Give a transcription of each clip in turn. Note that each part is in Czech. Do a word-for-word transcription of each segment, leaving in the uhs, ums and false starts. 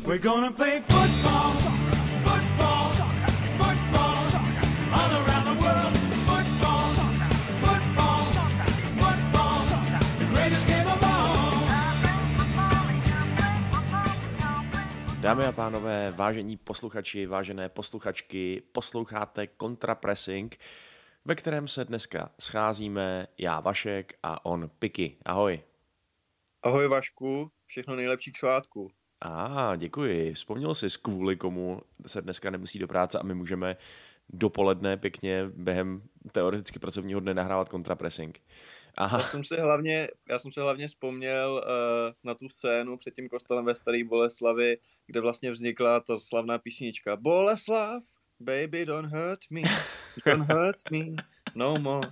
We're gonna play football, football, football, all around the world. Football, football, football, the greatest game of all. Dámy a pánové, vážení posluchači, vážené posluchačky, posloucháte Kontrapressing, ve kterém se dneska scházíme já Vašek a on Piky. Ahoj. Ahoj Vašku, všechno nejlepší k svátku. A ah, děkuji. Vzpomněl jsi, kvůli komu se dneska nemusí do práce a my můžeme dopoledne pěkně během teoreticky pracovního dne nahrávat Kontrapressing. Aha. Já jsem si hlavně, já jsem si hlavně vzpomněl uh, na tu scénu před tím kostelem ve Staré Boleslavi, kde vlastně vznikla ta slavná písnička Boleslav, baby don't hurt me, don't hurt me, no more.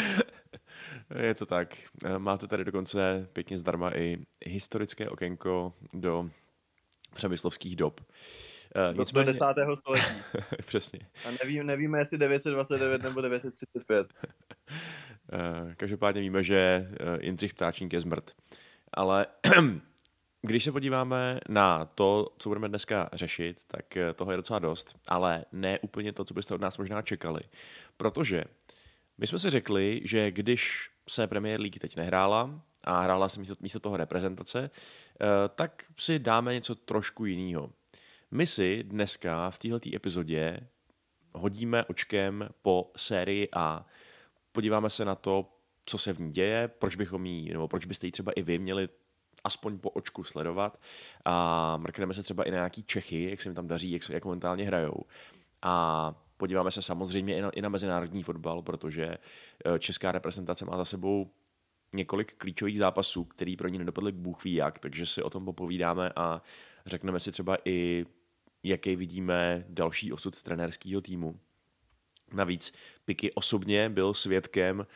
Je to tak. Máte tady dokonce pěkně zdarma i historické okénko do přemyslovských dob. Do Nicméně... desátého století. Přesně. A nevím, nevíme, jestli devět set dvacet devět nebo devět set třicet pět. Každopádně víme, že Jindřich Ptáčník je zmrt. Ale když se podíváme na to, co budeme dneska řešit, tak toho je docela dost, ale ne úplně to, co byste od nás možná čekali. Protože my jsme si řekli, že když se Premier League teď nehrála a hrála se místo, místo toho reprezentace, tak si dáme něco trošku jiného. My si dneska v této epizodě hodíme očkem po sérii A. Podíváme se na to, co se v ní děje, proč bychom jí, nebo proč byste ji třeba i vy měli aspoň po očku sledovat. A mrkneme se třeba i na nějaký Čechy, jak se jim tam daří, jak, se, jak momentálně hrajou. A podíváme se samozřejmě i na, i na mezinárodní fotbal, protože česká reprezentace má za sebou několik klíčových zápasů, který pro ní nedopadly bůh ví jak, takže si o tom popovídáme a řekneme si třeba i, jaký vidíme další osud trenérského týmu. Navíc Piky osobně byl svědkem uh,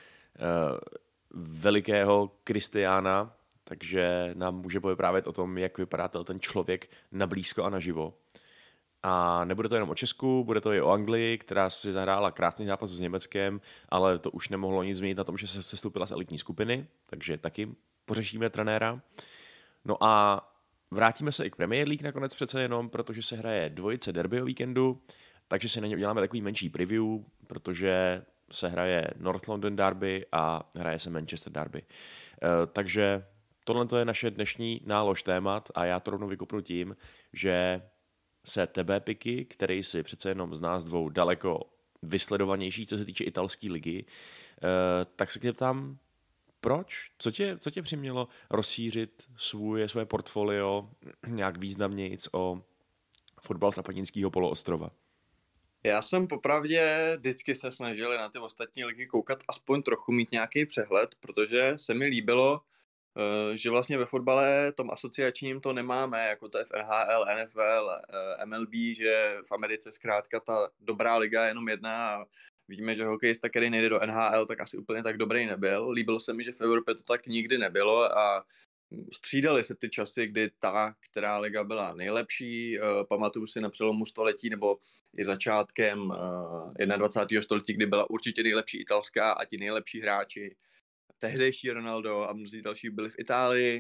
velikého Kristiána, takže nám může povyprávět o tom, jak vypadá ten člověk nablízko a naživo. A nebude to jenom o Česku, bude to i o Anglii, která si zahrála krásný zápas s Německem, ale to už nemohlo nic změnit na tom, že se sestoupila z elitní skupiny, takže taky pořešíme trenéra. No a vrátíme se i k Premier League nakonec přece jenom, protože se hraje dvojice derby o víkendu, takže si na ně uděláme takový menší preview, protože se hraje North London derby a hraje se Manchester derby. E, takže tohle je naše dnešní nálož témat a já to rovnou vykopnu tím, že se tebe, Piky, který si přece jenom z nás dvou daleko vysledovanější, co se týče italské ligy, e, tak se tě ptám, proč? Co tě, co tě přimělo rozšířit svůj, svoje portfolio nějak významnějc o fotbal z Apeninského poloostrova? Já jsem popravdě vždycky se snažil na ty ostatní ligy koukat, aspoň trochu mít nějaký přehled, protože se mi líbilo, že vlastně ve fotbale tom asociačním to nemáme, jako to je v N H L, N F L, M L B, že v Americe zkrátka ta dobrá liga je jenom jedna a víme, že hokejista, který nejde do N H L, tak asi úplně tak dobrý nebyl. Líbilo se mi, že v Evropě to tak nikdy nebylo a střídaly se ty časy, kdy ta, která liga byla nejlepší. Pamatuju si na přelomu století nebo i začátkem dvacátého prvního století, kdy byla určitě nejlepší italská a ti nejlepší hráči. Tehdejší Ronaldo a mnozí další byli v Itálii.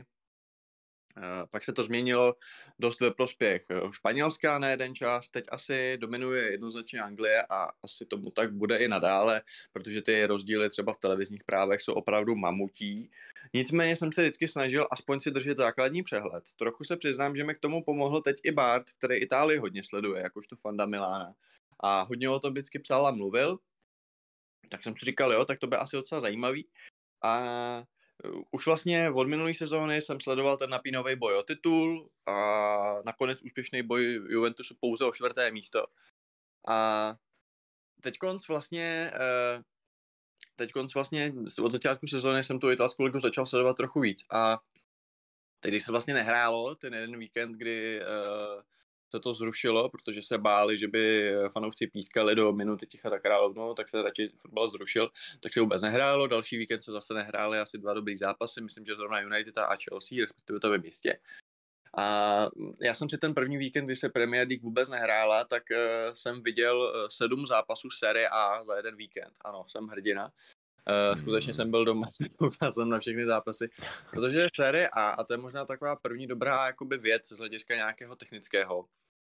Pak se to změnilo dost ve prospěch Španělska na jeden čas, teď asi dominuje jednoznačně Anglie a asi tomu tak bude i nadále, protože ty rozdíly třeba v televizních právech jsou opravdu mamutí. Nicméně jsem se vždycky snažil aspoň si držet základní přehled. Trochu se přiznám, že mi k tomu pomohl teď i Bart, který Itálii hodně sleduje, jakožto fanda Milána. A hodně o tom vždycky psal a mluvil, tak jsem si říkal, jo, tak to by asi docela zajímavý. A už vlastně od minulé sezóny jsem sledoval ten napínavý boj o titul a nakonec úspěšný boj Juventusu pouze o čtvrté místo. A teďkonc vlastně, teďkonc vlastně od začátku sezóny jsem tu italskou ligu začal sledovat trochu víc. A teď, když se vlastně nehrálo ten jeden víkend, kdy se to zrušilo, protože se báli, že by fanoušci pískali do minuty ticha za královnou, tak se radši fotbal zrušil, tak se vůbec nehrálo. Další víkend se zase nehrály asi dva dobrý zápasy, myslím, že zrovna United a Chelsea, respektive to ve městě. A já jsem si ten první víkend, kdy se Premier League vůbec nehrála, tak uh, jsem viděl sedm zápasů série A za jeden víkend. Ano, jsem hrdina. Uh, skutečně jsem byl doma, koukal jsem na všechny zápasy, protože série A, a to je možná taková první dobrá jakoby věc z hlediska nějakého technického,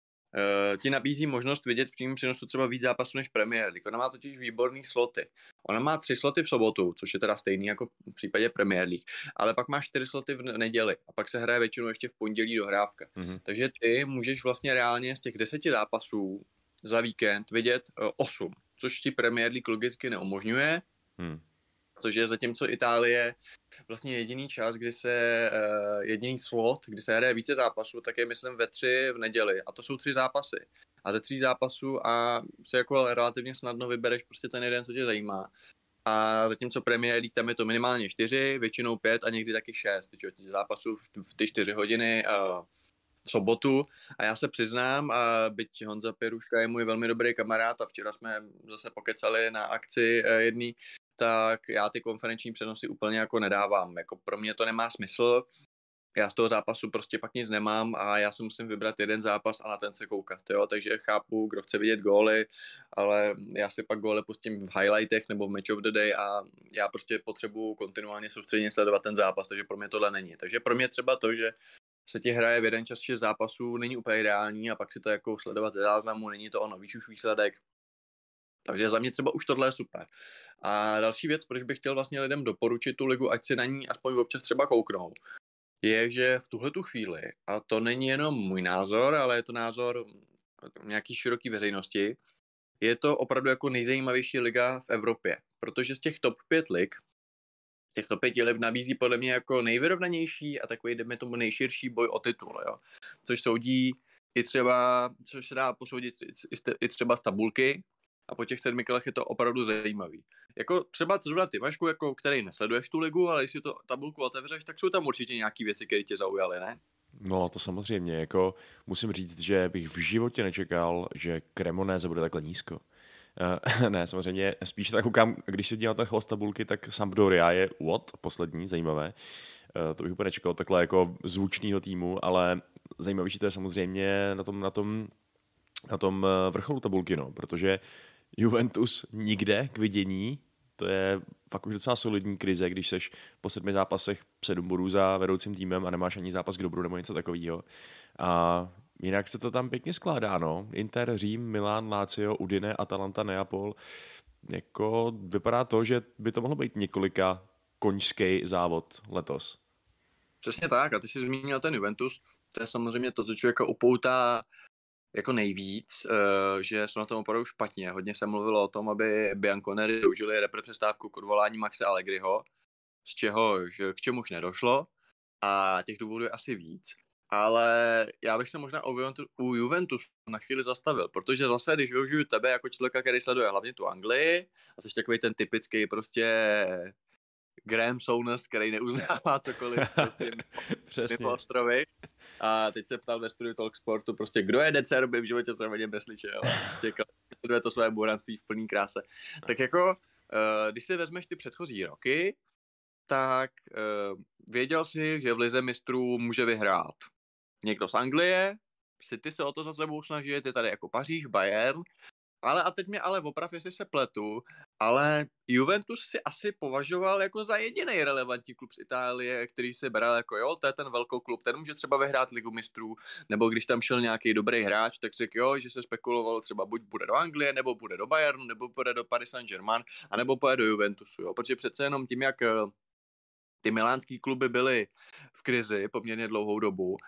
uh, ti nabízí možnost vidět v přímém přenosu třeba víc zápasů než Premier League. Ona má totiž výborný sloty. Ona má tři sloty v sobotu, což je teda stejný jako v případě Premier League, ale pak má čtyři sloty v neděli a pak se hraje většinou ještě v pondělí dohrávka. Mm-hmm. Takže ty můžeš vlastně reálně z těch deseti zápasů za víkend vidět uh, osm, což ti Premier League logicky neumožňuje, hmm. což je zatímco Itálie vlastně jediný čas, kdy se uh, jediný slot, kdy se hraje více zápasů, tak je myslím ve tři v neděli a to jsou tři zápasy. A ze tří zápasů a se jako relativně snadno vybereš prostě ten jeden, co tě zajímá. A zatímco Premier League tam je to minimálně čtyři, většinou pět a někdy taky šest. Těch zápasů v, v ty čtyři hodiny uh, v sobotu a já se přiznám, a byť Honza Piruška je můj velmi dobrý kamarád a včera jsme zase pokecali na akci uh, jedný, tak já ty konferenční přenosy úplně jako nedávám. Jako pro mě to nemá smysl. Já z toho zápasu prostě pak nic nemám a já si musím vybrat jeden zápas a na ten se koukat, jo, takže chápu, kdo chce vidět góly, ale já si pak góly pustím v highlightech nebo v match of the day a já prostě potřebuju kontinuálně soustředně sledovat ten zápas, takže pro mě tohle není. Takže pro mě třeba to, že se ti hraje v jeden čas šest zápasů, není úplně ideální a pak si to jako sledovat ze záznamu, není to ono, víš už výsledek. Takže za mě třeba už tohle je super. A další věc, proč bych chtěl vlastně lidem doporučit tu ligu, ať si na ní aspoň občas třeba kouknou, je, že v tuhletu chvíli, a to není jenom můj názor, ale je to názor nějaký široký veřejnosti, je to opravdu jako nejzajímavější liga v Evropě, protože z těch top pět lig, z těch top pěti lig nabízí podle mě jako nejvyrovnanější a takový, jdeme tomu, nejširší boj o titul, jo. Což soudí i třeba, což se dá posoudit i třeba z tabulky, a po těch sedmi kolech je to opravdu zajímavý. Jako třeba zrovna ty, Vašku, jako, který nesleduješ tu ligu, ale když si to tabulku otevřeš, tak jsou tam určitě nějaký věci, které tě zaujaly, ne? No to samozřejmě, jako musím říct, že bych v životě nečekal, že Cremonese bude takhle nízko. Uh, ne, samozřejmě, spíš tak koukám, když se dívám na chvost tabulky, tak Sampdoria je what, poslední, zajímavé. Uh, to bych úplně nečekal takhle jako zvučného týmu, ale zajímavější to je samozřejmě na tom, na tom, na tom vrcholu tabulky, no, protože Juventus nikde k vidění, to je fakt už docela solidní krize, když seš po sedmi zápasech sedm bodů za vedoucím týmem a nemáš ani zápas k dobru nebo něco takového. A jinak se to tam pěkně skládá, no. Inter, Řím, Milán, Lazio, Udine, Atalanta, Neapol. Jako vypadá to, že by to mohlo být několika koňský závod letos. Přesně tak, a ty jsi zmínil ten Juventus, to je samozřejmě to, co člověka upoutá jako nejvíc, uh, že jsou na tom opravdu špatně. Hodně se mluvilo o tom, aby Bianconeri využili repre přestávku k odvolání Maxe Allegriho, z čeho že k čemuž nedošlo a těch důvodů je asi víc. Ale já bych se možná u, Juventus, u Juventusu na chvíli zastavil, protože zase, když využiju tebe jako člověka, který sleduje hlavně tu Anglii a jsi takový ten typický prostě Graham Souness, který neuznává cokoliv prostě mimo ostrovy. A teď se ptal ve studiu Talksportu, prostě kdo je De Zerbi, v životě jsem o něm neslyšel. Prostě sleduje to své bouranství v plný kráse. Tak jako, uh, když si vezmeš ty předchozí roky, tak uh, věděl jsi, že v lize mistrů může vyhrát někdo z Anglie, City se o to za sebou snaží, ty tady jako Paříž, Bayern, ale a teď mě ale oprav, jestli se pletu, ale Juventus si asi považoval jako za jediný relevantní klub z Itálie, který si bral jako jo, to je ten velký klub, ten může třeba vyhrát ligu mistrů, nebo když tam šel nějaký dobrý hráč, tak řekl jo, že se spekulovalo třeba buď bude do Anglie, nebo bude do Bayernu, nebo bude do Paris Saint-Germain, anebo pojede do Juventusu, jo, protože přece jenom tím, jak ty milánský kluby byly v krizi poměrně dlouhou dobu,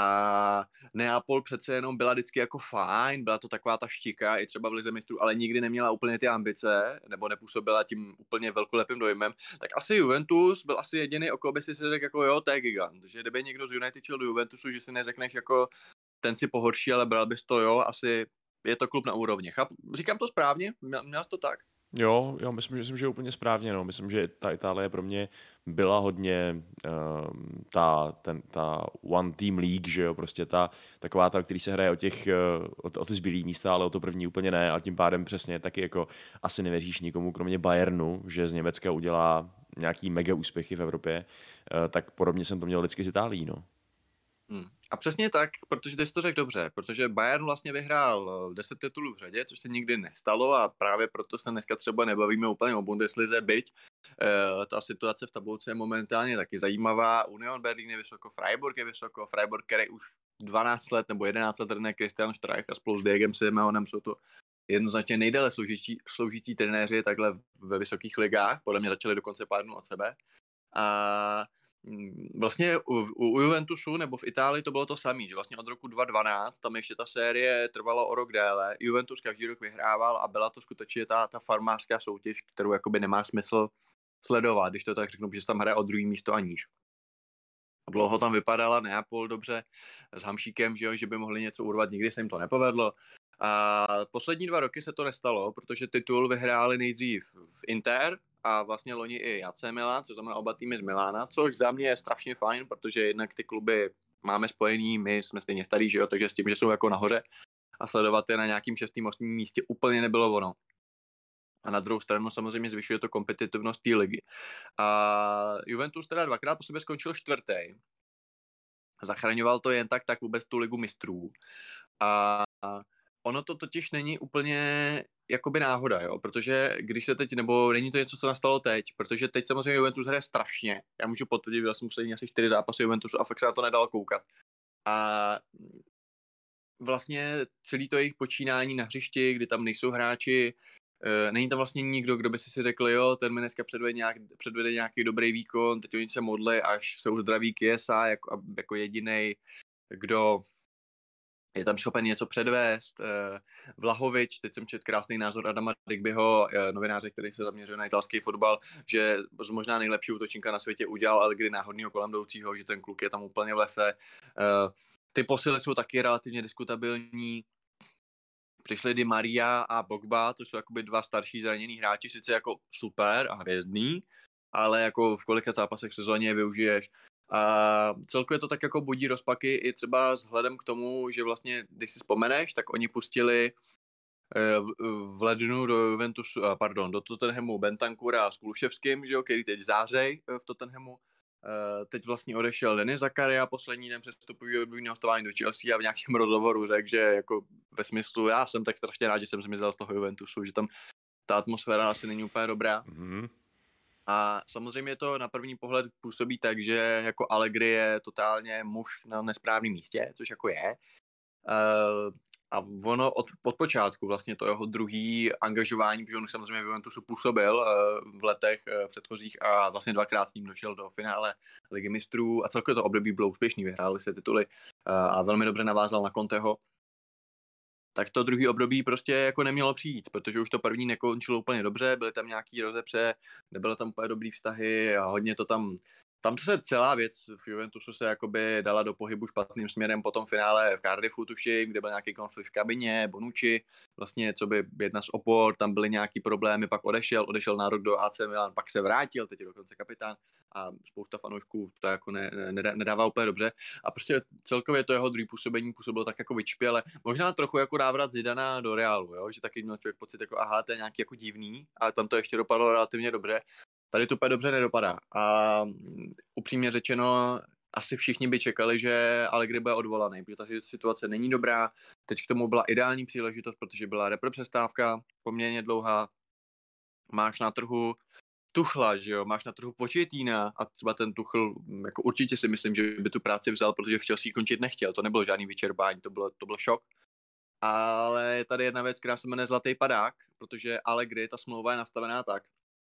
a Neapol přece jenom byla vždycky jako fajn, byla to taková ta štika i třeba v lize mistrů, ale nikdy neměla úplně ty ambice, nebo nepůsobila tím úplně velkolepým dojmem, tak asi Juventus byl asi jediný, o koho by si řekl jako jo, to je gigant, že kdyby někdo z United šel do Juventusu, že si neřekneš jako ten si pohorší, ale bral bys to jo, asi je to klub na úrovni. Cháp, říkám to správně? Měl jsi to tak? Jo, jo, myslím, že, myslím, že úplně správně. No. Myslím, že ta Itálie pro mě byla hodně um, ta, ten, ta one team league, že jo, prostě ta taková ta, který se hraje o těch, o, o ty zbylý místa, ale o to první úplně ne, a tím pádem přesně taky jako asi nevěříš nikomu, kromě Bayernu, že z Německa udělá nějaký mega úspěchy v Evropě, uh, tak podobně jsem to měl vždycky z Itálií, no. Hmm. A přesně tak, protože ty jsi to řekl dobře, protože Bayern vlastně vyhrál deset titulů v řadě, což se nikdy nestalo a právě proto se dneska třeba nebavíme úplně o Bundeslize, byť Uh, ta situace v tabulce je momentálně taky zajímavá. Union Berlin je vysoko, Freiburg je vysoko, Freiburg, který už dvanáct let nebo jedenáct let trenér Christian Streich a spolu s Diegem Simeonem jsou to jednoznačně nejdéle sloužící, sloužící trenéři takhle ve vysokých ligách. Podle mě začali dokonce pár dnů od sebe. A vlastně u, u Juventusu nebo v Itálii to bylo to samé, že vlastně od roku dva tisíce dvanáct tam ještě ta série trvala o rok déle. Juventus každý rok vyhrával a byla to skutečně ta, ta farmářská soutěž, kterou jakoby nemá smysl sledovat, když to tak řeknu, že se tam hraje o druhý místo a níž. Dlouho tam vypadala Neapol dobře s Hamšíkem, že, jo, že by mohli něco urvat, nikdy se jim to nepovedlo. A poslední dva roky se to nestalo, protože titul vyhráli nejdřív v Inter a vlastně loni i A C Milan, což znamená oba týmy z Milána, což za mě je strašně fajn, protože jednak ty kluby máme spojený, my jsme stejně starý, že jo, takže s tím, že jsou jako nahoře a sledovat je na nějakým šestým, osmým místě úplně nebylo ono. A na druhou stranu samozřejmě zvyšuje to kompetitivnost té ligy. A Juventus teda dvakrát po sobě skončil čtvrtý. Zachraňoval to jen tak, tak vůbec tu ligu mistrů. A ono to totiž není úplně jakoby náhoda, jo, protože když se teď, nebo není to něco, co nastalo teď, protože teď samozřejmě Juventus hraje strašně. Já můžu potvrdit, že jsem musel asi čtyři zápasy Juventusu a fakt se na to nedal koukat. A vlastně celý to jejich počínání na hřišti, kdy tam nejsou hráči, není tam vlastně nikdo, kdo by si si řekl, jo, ten mi dneska předvede, nějak, předvede nějaký dobrý výkon, teď oni se modlí, až jsou zdraví Chiesa jako, jako jedinej, kdo je tam schopen něco předvést. Vlahovič, teď jsem četl krásný názor Adama Digbyho, novináře, který se zaměřuje na italský fotbal, že možná nejlepší útočníka na světě udělal, ale kdy náhodného kolem jdoucího, že ten kluk je tam úplně v lese. Ty posily jsou taky relativně diskutabilní. Přišli Di Maria a Pogba, to jsou jakoby dva starší zranění hráči, sice jako super a hvězdný, ale jako v kolika zápasech v sezóně je využiješ. A celkově to tak jako budí rozpaky i třeba vzhledem k tomu, že vlastně, když si vzpomeneš, tak oni pustili v lednu do Juventusu, pardon, do Tottenhamu Bentancura s Kuluševským, že jo, který teď zářej v Tottenhamu. Teď vlastně odešel Denis Zakaria poslední den přestupový období hostování do Chelsea a v nějakém rozhovoru řekl, že jako ve smyslu, já jsem tak strašně rád, že jsem zmizel z toho Juventusu, že tam ta atmosféra asi není úplně dobrá. Mm-hmm. A samozřejmě to na první pohled působí tak, že jako Allegri je totálně muž na nesprávném místě, což jako je. Uh, a ono od, od počátku vlastně to jeho druhý angažování, protože on už samozřejmě v Juventusu působil uh, v letech uh, předchozích a vlastně dvakrát s ním došel do finále Ligy mistrů a celkově to období bylo úspěšný, vyhráli se tituly uh, a velmi dobře navázal na Conteho. Tak to druhý období prostě jako nemělo přijít, protože už to první nekončilo úplně dobře, byly tam nějaký rozepře, nebyly tam úplně dobrý vztahy a hodně to tam, tam to se celá věc v Juventusu se jakoby dala do pohybu špatným směrem po tom finále v Cardiffu tuším, kde byl nějaký konflikt v kabině, Bonucci, vlastně co by jedna z opor, tam byly nějaký problémy, pak odešel, odešel na rok do A C Milan, pak se vrátil, teď je dokonce kapitán a spousta fanoušků to jako ne, ne, nedává úplně dobře a prostě celkově to jeho druhý působení působilo tak jako vyčpěle, možná trochu jako návrat Zidana do Realu, jo? Že taky měl člověk pocit jako aha, to je nějaký jako divný, ale tam to ještě dopadlo relativně dobře. Tady to úplně dobře nedopadá a upřímně řečeno asi všichni by čekali, že Allegri bude odvolaný, protože ta situace není dobrá. Teď k tomu byla ideální příležitost, protože byla repre přestávka poměrně dlouhá. Máš na trhu Tuchla, že jo, máš na trhu Početína a třeba ten Tuchl, jako určitě si myslím, že by tu práci vzal, protože v Chelsea končit nechtěl, to nebylo žádný vyčerpání, to bylo, to byl šok. Ale je tady jedna věc, která se jmenuje Zlatý padák, protože Allegri, ta smlouva je nastavená tak,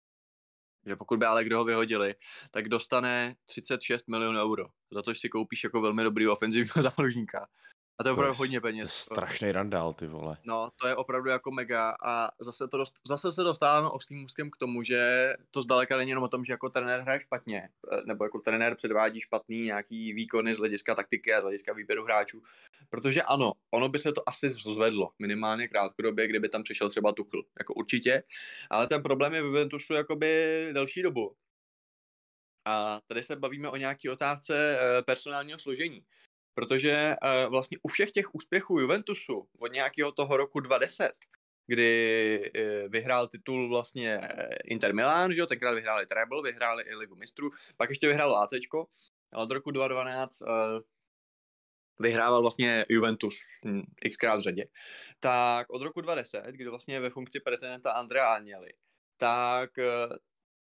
že pokud by Allegri ho vyhodili, tak dostane třicet šest milionů euro, za což si koupíš jako velmi dobrý ofenzivního záložníka. A to je opravdu hodně peněz. To je strašný randál, ty vole. No, to je opravdu jako mega a zase, to dost, zase se dostáváme ostrým můstkem k tomu, že to zdaleka není jenom o tom, že jako trenér hraje špatně, nebo jako trenér předvádí špatný nějaký výkony z hlediska taktiky a z hlediska výběru hráčů. Protože ano, ono by se to asi zvedlo, minimálně krátkodobě, kdyby tam přišel třeba Tuchl, jako určitě, ale ten problém je v Juventusu jakoby delší dobu. A tady se bavíme o nějaký otázce personálního složení. Protože uh, vlastně u všech těch úspěchů Juventusu od nějakého toho roku dva tisíce deset, kdy uh, vyhrál titul vlastně Inter Milan, že jo, tenkrát vyhráli treble, vyhráli i Ligu mistrů, pak ještě vyhrál ACčko, ale od roku dva tisíce dvanáct uh, vyhrával vlastně Juventus hm, xkrát v řadě. Tak od roku dva tisíce deset, kdy vlastně je ve funkci prezidenta Andrea Agnelli, tak uh,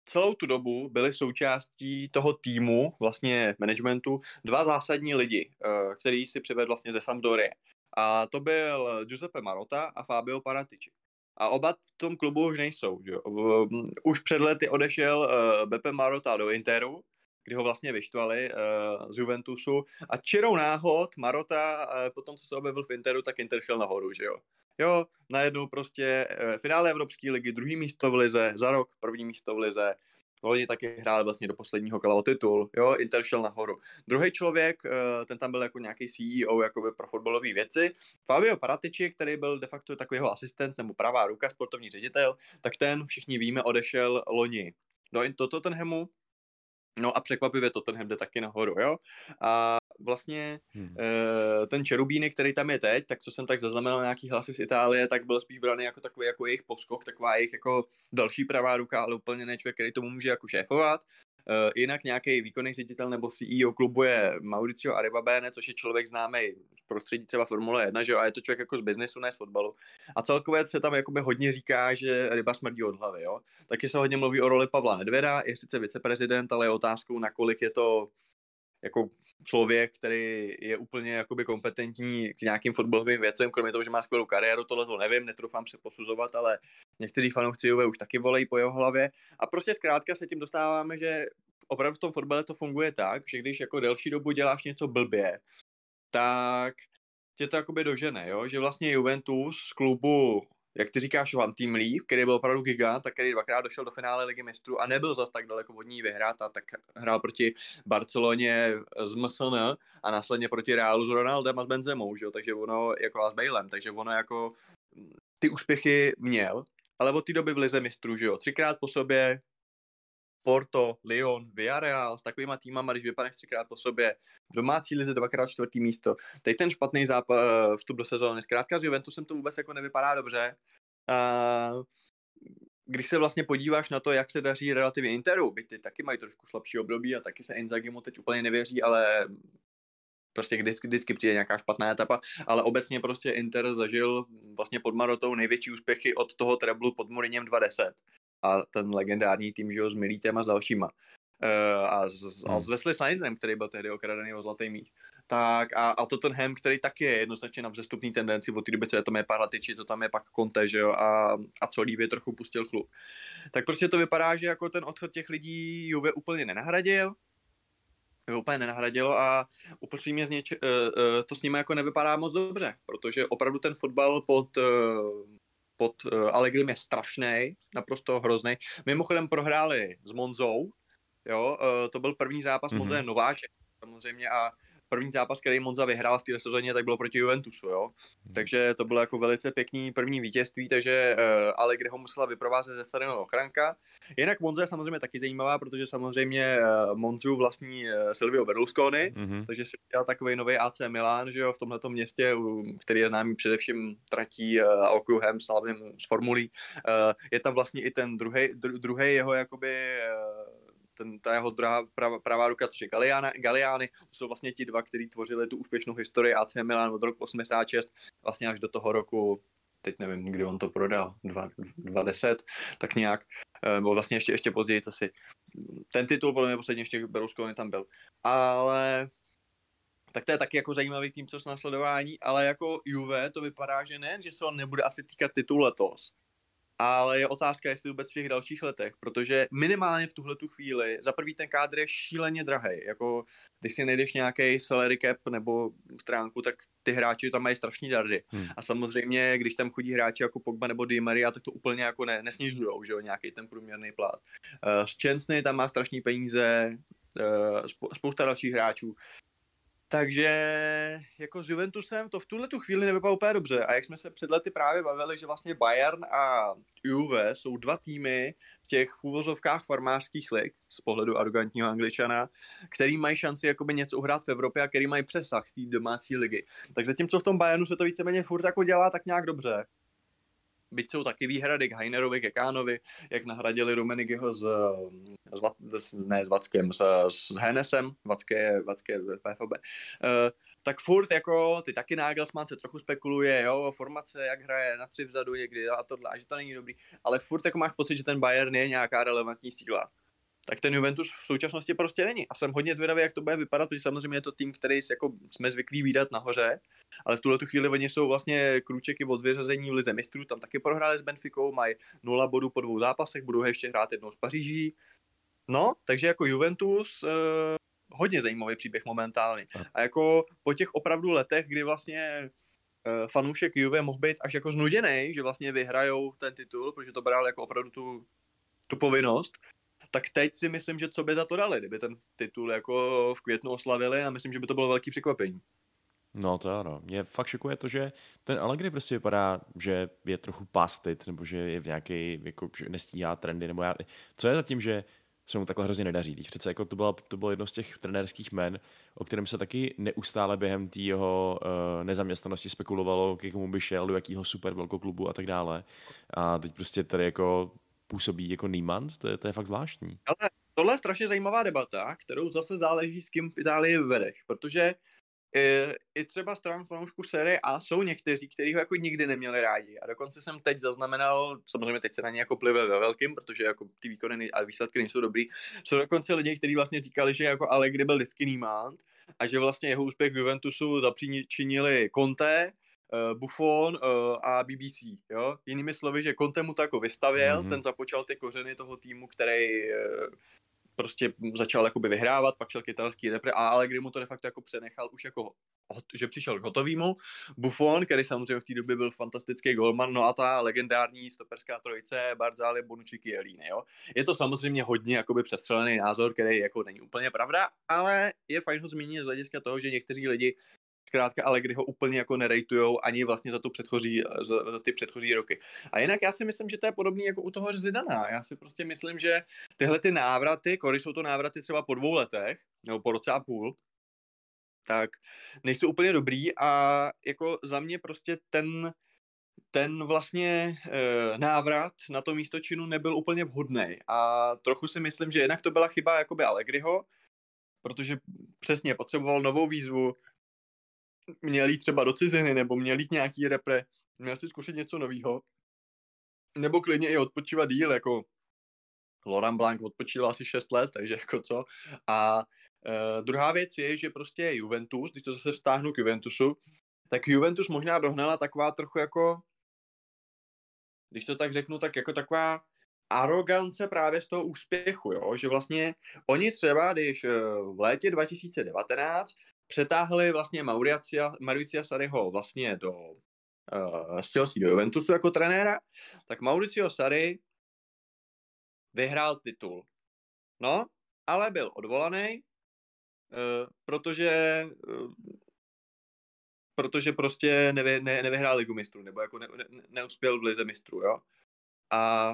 celou tu dobu byli součástí toho týmu, vlastně managementu, dva zásadní lidi, uh, který si přivedl vlastně ze Sampdorie. A to byl Giuseppe Marotta a Fabio Paratici. A oba v tom klubu už nejsou. Že? Už před lety odešel uh, Beppe Marotta do Interu, kdy ho vlastně vyštvali uh, z Juventusu. A čirou náhod Marotta, uh, potom co se objevil v Interu, tak Inter šel nahoru, že jo. Jo, najednou prostě uh, finále Evropské ligy, druhý místo v lize, za rok první místo v lize. Oni taky hráli vlastně do posledního kola o titul, jo, Inter šel nahoru. Druhý člověk, ten tam byl jako nějaký C E O jakoby pro fotbalové věci, Fabio Paratici, který byl de facto takový jeho asistent nebo pravá ruka, sportovní ředitel, tak ten, všichni víme, odešel loni do, do Tottenhamu. No a překvapivě Tottenham jde taky nahoru, jo. A vlastně hmm. e, ten Cherubini, který tam je teď, tak co jsem tak zaznamenal nějaký hlasy z Itálie, tak byl spíš braný jako takový jako jejich poskok, taková jejich jako další pravá ruka, ale úplně ne člověk, který tomu může jako šéfovat. Uh, jinak nějaký výkonný ředitel nebo C E O klubu je Mauricio Arrivabene, což je člověk známý z prostředí třeba Formule jedna, že jo, a je to člověk jako z biznesu, ne z fotbalu. A celkově se tam jakoby hodně říká, že ryba smrdí od hlavy, jo. Taky se hodně mluví o roli Pavla Nedvěda, je sice viceprezident, ale je otázkou, nakolik je to jako člověk, který je úplně jakoby kompetentní k nějakým fotbalovým věcem, kromě toho, že má skvělou kariéru, tohle to nevím, netroufám se posuzovat, ale někteří fanoušci Juve už taky volejí po jeho hlavě. A prostě zkrátka se tím dostáváme, že opravdu v tom fotbale to funguje tak, že když jako delší dobu děláš něco blbě, tak tě to jakoby dožene, jo? Že vlastně Juventus z klubu, jak ty říkáš, Van Team League, který byl opravdu gigant, tak který dvakrát došel do finále Ligy mistrů a nebyl zas tak daleko od ní vyhrát, a tak hrál proti Barceloně z M S N a následně proti Realu s Ronaldem a s Benzemou, že jo? Takže ono jako a s Baleem, takže ono jako ty úspěchy měl, ale od té doby v Lize mistrů, že jo? Třikrát po sobě Porto, Lyon, Villarreal, s takovýma týmama, když vypadneš třikrát po sobě, v domácí lize dvakrát čtvrtý místo. Teď ten špatný zápas, vstup do sezóny. Zkrátka s Juventusem to vůbec jako nevypadá dobře. A když se vlastně podíváš na to, jak se daří relativně Interu, byť ty taky mají trošku slabší období a taky se Inzagimu teď úplně nevěří, ale prostě vždycky, vždycky přijde nějaká špatná etapa, ale obecně prostě Inter zažil vlastně pod Marotou největší úspěchy od toho treblu pod Mourinhem dva tisíce deset. A ten legendární tým, že jo, s Milítem a s dalšíma. Uh, a, s, hmm. a s Wesley Sneijderem, který byl tehdy okradený o zlatý míč. Tak a, a Tottenham, který taky je jednoznačně na vzestupní tendenci, od té doby, co je tam je Paratici, to tam je pak Conte, že jo, a, a co Lívě trochu pustil klub. Tak prostě to vypadá, že jako ten odchod těch lidí Juve úplně nenahradil, úplně nenahradilo a upřímně něč, uh, uh, to s nimi jako nevypadá moc dobře, protože opravdu ten fotbal pod... Uh, pod uh, Allegrim je strašný, naprosto hrozný. Mimochodem prohráli s Monzou, jo, uh, to byl první zápas, mm-hmm. Monza je nováček samozřejmě a první zápas, který Monza vyhrál v té sezóně, tak bylo proti Juventusu, jo. Mm-hmm. Takže to bylo jako velice pěkný první vítězství, takže uh, Allegri ho musela vyprovázet ze stadionu ochranka. Jinak Monza je samozřejmě taky zajímavá, protože samozřejmě uh, Monzu vlastní uh, Silvio Berlusconi, mm-hmm. takže si udělal takovej nový A C Milan, že jo, v tomhletom městě, um, který je známý především tratí a uh, okruhem slavným z formulí. Uh, je tam vlastně i ten druhý dru, druhý jeho jakoby uh, ten, ta jeho druhá pravá, pravá ruka, což je Galliani, to jsou vlastně ti dva, kteří tvořili tu úspěšnou historii A C Milan od roku osmdesát šest vlastně až do toho roku, teď nevím, kdy on to prodal, dva deset, tak nějak, nebo vlastně ještě, ještě později asi. Ten titul podle mě posledně ještě Berlusconi tam byl. Ale tak to je taky jako zajímavý tým, co s následování, ale jako Juve to vypadá, že ne, že se on nebude asi týkat titul letos. Ale je otázka, jestli vůbec v těch dalších letech, protože minimálně v tuhletu chvíli, za prvý ten kádr je šíleně drahej, jako když si nejdeš nějaký salary cap nebo stránku, tak ty hráči tam mají strašný dardy. Hmm. A samozřejmě, když tam chodí hráči jako Pogba nebo Di Maria, tak to úplně jako ne, nesnižujou, že jo, nějaký ten průměrný plat. Uh, Szczęsny tam má strašný peníze, uh, spousta dalších hráčů. Takže jako s Juventusem to v tuhle tu chvíli nevypadá úplně dobře. A jak jsme se před lety právě bavili, že vlastně Bayern a Juve jsou dva týmy z těch v úvozovkách farmářských lig, z pohledu arrogantního Angličana, který mají šanci jakoby něco uhrát v Evropě a který mají přesah z té domácí ligy. Tak zatímco v tom Bayernu se to víceméně furt jako dělá tak nějak dobře, byť jsou taky výhrady k Heinerovi, ke Kánovi, jak nahradili Rummeniggeho s, s, s, ne s Vackem, s, s Hennesem, Vacké, Vacké z VfB, uh, tak furt jako ty taky Nagelsmann se trochu spekuluje, jo, formace, jak hraje na tři vzadu někdy a tohle, a že to není dobrý, ale furt jako máš pocit, že ten Bayern je nějaká relevantní síla. Tak ten Juventus v současnosti prostě není. A jsem hodně zvědavý, jak to bude vypadat, protože samozřejmě je to tým, který jako jsme zvyklí vídat nahoře, ale v tuhle tu chvíli oni jsou vlastně krůčeky od vyřazení v lize mistrů, tam taky prohráli s Benficou, mají nula bodů po dvou zápasech, budou ještě hrát jednou s Paříží. No, takže jako Juventus, eh, hodně zajímavý příběh momentálně. A jako po těch opravdu letech, kdy vlastně eh, fanoušek Juve mohl být až jako znuděnej, že vlastně vyhrajou ten titul, protože to bral jako opravdu tu, tu povinnost, tak teď si myslím, že co by za to dali, kdyby ten titul jako v květnu oslavili, a myslím, že by to bylo velký překvapení. No to ano. Mě fakt šokuje to, že ten Allegri prostě vypadá, že je trochu pastit, nebo že je v nějaký, jako, že nestíhá trendy, nebo já... Co je za tím, že se mu takhle hrozně nedaří? Teď přece jako to, bylo, to bylo jedno z těch trenérských men, o kterém se taky neustále během té jeho uh, nezaměstnanosti spekulovalo, k komu by šel, do jakého super velkoklubu a tak dále. A teď prostě tady jako působí jako Niemans, to je, to je fakt zvláštní. Ale tohle je strašně zajímavá debata, kterou zase záleží, s kým v Itálii vedeš, protože i, i třeba stran fanoušků série A jsou někteří, kteří ho jako nikdy neměli rádi, a dokonce jsem teď zaznamenal, samozřejmě teď se na ně jako plive ve velkým, protože jako ty výkony a výsledky nejsou dobrý, jsou dokonce lidi, kteří vlastně říkali, že jako Allegri byl vždycky Niemand a že vlastně jeho úspěch v Juventusu zapříčinili Conte, Uh, Buffon uh, a B B C, jo. Jinými slovy, že Conte mu to jako vystavěl, mm-hmm. ten započal ty kořeny toho týmu, který uh, prostě začal jakoby vyhrávat, pak šel k italský repre a Allegri mu to de facto jako přenechal už jako, že přišel k hotovýmu. Buffon, který samozřejmě v té době byl fantastický golman, no a ta legendární stoperská trojice Barzagli, Bonucci, Chiellini, jo. Je to samozřejmě hodně jakoby přestřelený názor, který jako není úplně pravda, ale je fajn ho zmínit z hlediska toho, že někteří lidi zkrátka Allegri ho úplně jako nerejtujou ani vlastně za, tu předchozí, za, za ty předchozí roky. A jinak já si myslím, že to je podobný jako u toho Zidana. Já si prostě myslím, že tyhle ty návraty, když jsou to návraty třeba po dvou letech, nebo po roce a půl, tak nejsou úplně dobrý a jako za mě prostě ten, ten vlastně e, návrat na to místo činu nebyl úplně vhodný. A trochu si myslím, že jednak to byla chyba jakoby Allegriho, protože přesně potřeboval novou výzvu, měl jít třeba do ciziny, nebo měl jít nějaký repre, měl si zkusit něco novýho, nebo klidně i odpočívat díl, jako Laurent Blanc odpočíval asi šest let, takže jako co. A uh, druhá věc je, že prostě Juventus, když to zase vztáhnu k Juventusu, tak Juventus možná dohnala taková trochu jako, když to tak řeknu, tak jako taková arogance právě z toho úspěchu, jo? Že vlastně oni třeba, když v létě dva tisíce devatenáct přetáhli vlastně Mauricia, Mauricia Sarriho vlastně do uh, z Chelsea do Juventusu jako trenéra, tak Mauricio Sarri vyhrál titul. No, ale byl odvolaný, uh, protože uh, protože prostě nevy, ne, nevyhrál ligu mistrů, nebo jako ne, ne, neuspěl v lize mistrů, jo. A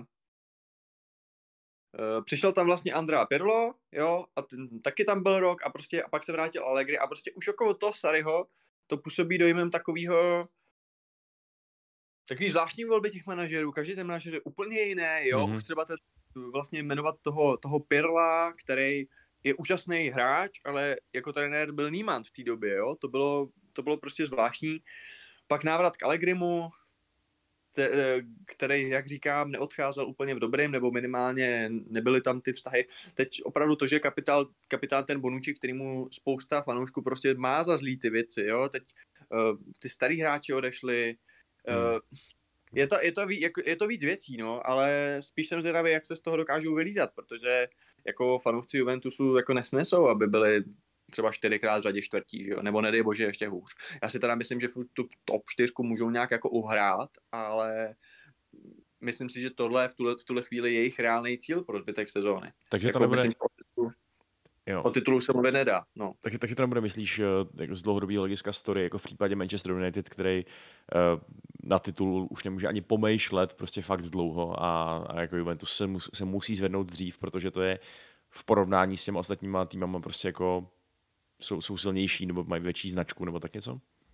Uh, přišel tam vlastně Andrea Pirlo, jo, a ten, taky tam byl rok a prostě a pak se vrátil Allegri a prostě už okolo toho Sarriho to působí dojmem takovýho takový zvláštní volby těch manažerů, každý ten manažer je úplně jiný, jo, mm-hmm. už třeba ten vlastně jmenovat toho, toho Pirla, který je úžasný hráč, ale jako trenér byl Niemand v té době, jo, to bylo, to bylo prostě zvláštní. Pak návrat k Allegrimu, který, jak říkám, neodcházel úplně v dobrém, nebo minimálně nebyly tam ty vztahy. Teď opravdu to, že kapitál, kapitán ten Bonucci, kterýmu spousta fanoušků prostě má za zlý ty věci, jo, teď uh, ty starý hráči odešli, uh, je, to, je, to ví, jako, je to víc věcí, no, ale spíš jsem zvědavý, jak se z toho dokážou vylízat, protože jako fanoušci Juventusu jako nesnesou, aby byli třeba čtyřikrát v řadě čtvrtí, že jo? Nebo nedej bože ještě hůř. Já si teda myslím, že tu top čtyřku můžou nějak jako uhrát, ale myslím si, že tohle v tuhle, v tuhle chvíli je jejich reálný cíl pro zbytek sezóny. Takže jako to nebude... Myslím, o, titulu, o titulu se mluvit nedá. No. Takže, takže to nebude, myslíš, jako z dlouhodobého hlediska story, jako v případě Manchester United, který uh, na titul už nemůže ani pomýšlet prostě fakt dlouho a, a jako Juventus se, mus, se musí zvednout dřív, protože to je v porovnání s těmi ostatníma týmama prostě jako Jsou, jsou silnější nebo mají větší značku nebo tak něco?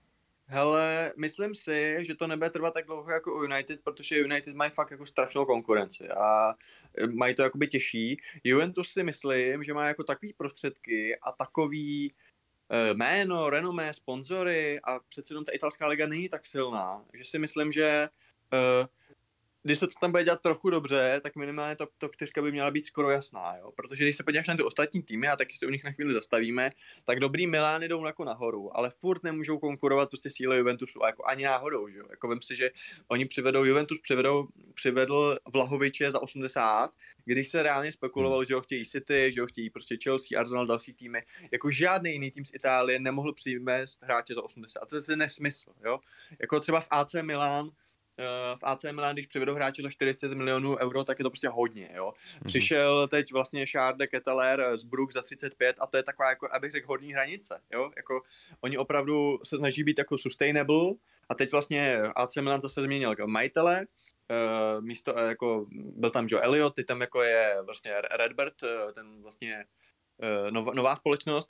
Hele, myslím si, že to nebude trvat tak dlouho jako u United, protože United mají fakt jako strašnou konkurenci a mají to jakoby těžší. Juventus si myslím, že má jako takový prostředky a takový eh, jméno, renomé, sponzory a přece jenom ta italská liga není tak silná, že si myslím, že eh, když se to tam bude dělat trochu dobře, tak minimálně to, to čtyřka by měla být skoro jasná, jo? Protože když se podíváš na ty ostatní týmy a taky se u nich na chvíli zastavíme, tak dobrý Milán jdou jako nahoru, ale furt nemůžou konkurovat prostě síle Juventusu a jako ani náhodou, že jo? Jako vem si, že oni přivedou, Juventus přivedou, přivedl Vlahoviče za osmdesát, když se reálně spekulovalo, hmm. že ho chtějí City, že ho chtějí prostě Chelsea, Arsenal, další týmy, jako žádný jiný tým z Itálie nemohl přivést hráče za osmdesát. A to je nesmysl, jo? Jako třeba v A C Milan v A C Milan, když přivedou hráče za čtyřicet milionů euro, tak je to prostě hodně, jo. Mm-hmm. Přišel teď vlastně Charles de Ketelaere z Brook za třicet pět a to je taková, jako, abych řekl, horní hranice, jo. Jako, oni opravdu se snaží být jako sustainable a teď vlastně A C Milan zase změnil jako majitele, uh, místo, uh, jako, byl tam Joe Elliott, teď tam jako je vlastně Redbird, uh, ten vlastně uh, nov, nová společnost.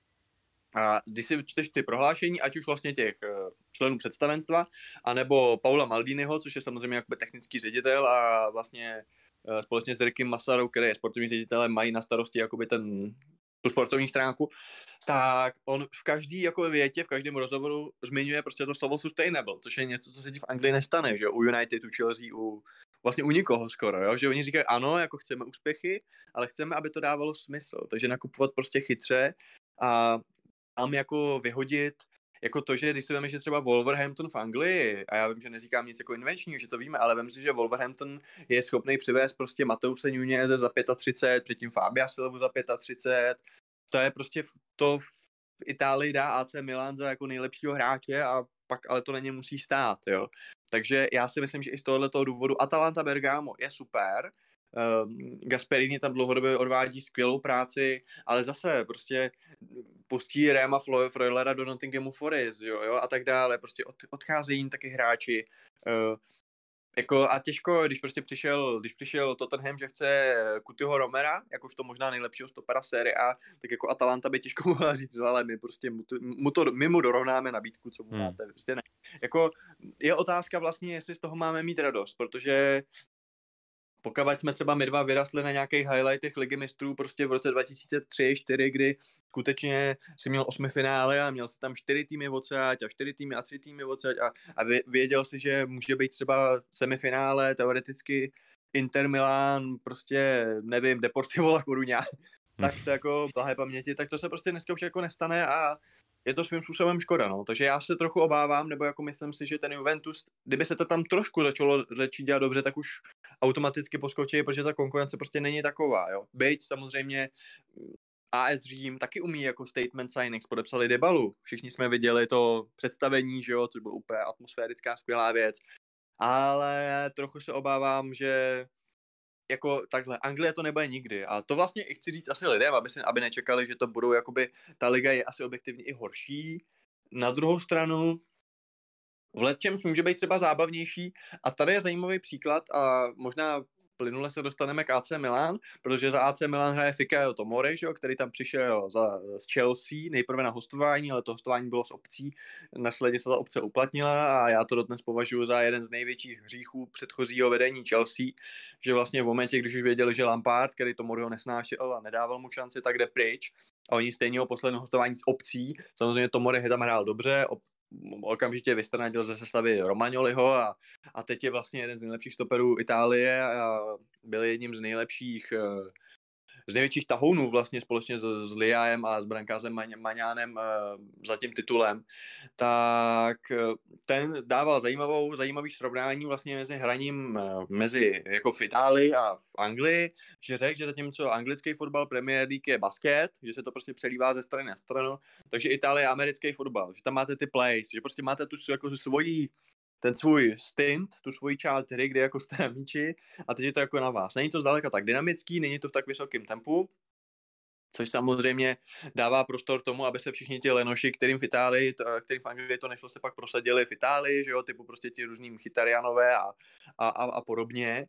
A když si čteš ty prohlášení, ať už vlastně těch členů představenstva, anebo Paula Maldiniho, což je samozřejmě jakoby technický ředitel a vlastně společně s Rickem Massarou, který je sportovní ředitel, mají na starosti jakoby ten, tu sportovní stránku, tak on v každý jako větě, v každém rozhovoru zmiňuje prostě to slovo sustainable, což je něco, co se ti v Anglii nestane, že u United, u Chelsea, u vlastně u nikoho skoro, jo? Že oni říkají, ano, jako chceme úspěchy, ale chceme, aby to dávalo smysl, takže nakupovat prostě chytře a tam jako vyhodit, jako to, že když si veme, že třeba Wolverhampton v Anglii, a já vím, že neříkám nic jako invenčního, že to víme, ale vím si, že Wolverhampton je schopný přivést prostě Mateuse Nuneze za třicet pět, předtím Fabia Silvu za třicet pět, to je prostě to v Itálii dá A C Milan za jako nejlepšího hráče a pak ale to na ně musí stát, jo. Takže já si myslím, že i z tohoto důvodu Atalanta Bergamo je super, Uh, Gasperini tam dlouhodobě odvádí skvělou práci, ale zase prostě pustí Réma Freulera do Nottinghamu Forest, jo, jo, a tak dále, prostě od, odcházejí jim taky hráči. Uh, jako a těžko, když prostě přišel, když přišel Tottenham, že chce Coutinho Romera, jakožto možná nejlepšího stopera série A, tak jako Atalanta by těžko mohla říct, ale my prostě mu to, mu to, my mu dorovnáme nabídku, co mu hmm. dáte. Prostě ne. Jako je otázka vlastně, jestli z toho máme mít radost, protože pokud jsme třeba my dva vyrastli na nějakých highlightech Ligy mistrů prostě v roce dva tisíce tři čtyři, kdy skutečně si měl osmi finále a měl si tam čtyři týmy odsaď a čtyři týmy a tři týmy odsaď a, a věděl si, že může být třeba semifinále, teoreticky Inter Milan, prostě nevím, Deportivo La Coruña, tak to jako blahé paměti, tak to se prostě dneska už jako nestane a je to svým způsobem škoda, no. Takže já se trochu obávám, nebo jako myslím si, že ten Juventus, kdyby se to tam trošku začalo začít dělat dobře, tak už automaticky poskočí, protože ta konkurence prostě není taková, jo. Byť samozřejmě A S Řím taky umí jako statement signings, podepsali Dybalu. Všichni jsme viděli to představení, že jo, což bylo úplně atmosférická skvělá věc. Ale trochu se obávám, že jako takhle, Anglie to nebude nikdy a to vlastně i chci říct asi lidem, aby, si, aby nečekali, že to budou jakoby, ta liga je asi objektivně i horší. Na druhou stranu v lecčems může být třeba zábavnější a tady je zajímavý příklad a možná plynule se dostaneme k A C Milan, protože za A C Milan hraje Fikayo Tomori, že jo, který tam přišel za, z Chelsea, nejprve na hostování, ale to hostování bylo s obcí, následně se ta obce uplatnila a já to dodnes považuji za jeden z největších hříchů předchozího vedení Chelsea, že vlastně v momentě, když už věděli, že Lampard, který Tomoriho nesnášel a nedával mu šanci, tak jde pryč a oni stejného posledního hostování s obcí, samozřejmě Tomori tam hrál dobře, okamžitě vystranadil ze sestavy Romagnoliho a, a teď je vlastně jeden z nejlepších stoperů Itálie a byl jedním z nejlepších z největších tahounů vlastně společně s, s Liaem a s brankářem Maňánem za tím titulem, tak ten dával zajímavou, zajímavý srovnání vlastně mezi hraním mezi jako v Itálii a v Anglii, že řekl, že zatímco anglický fotbal Premier League je basket, že se to prostě přelívá ze strany na stranu, takže Itálie je americký fotbal, že tam máte ty plays, že prostě máte tu jako svoji ten svůj stint, tu svoji část hry, kde jako jste na míči a teď je to jako na vás. Není to zdaleka tak dynamický, není to v tak vysokém tempu, což samozřejmě dává prostor tomu, aby se všichni ti lenoši, kterým v Itálii, kterým v Anglii to nešlo, se pak prosadili v Itálii, že jo, typu prostě ti různý Mkhitaryanové a, a, a, a podobně,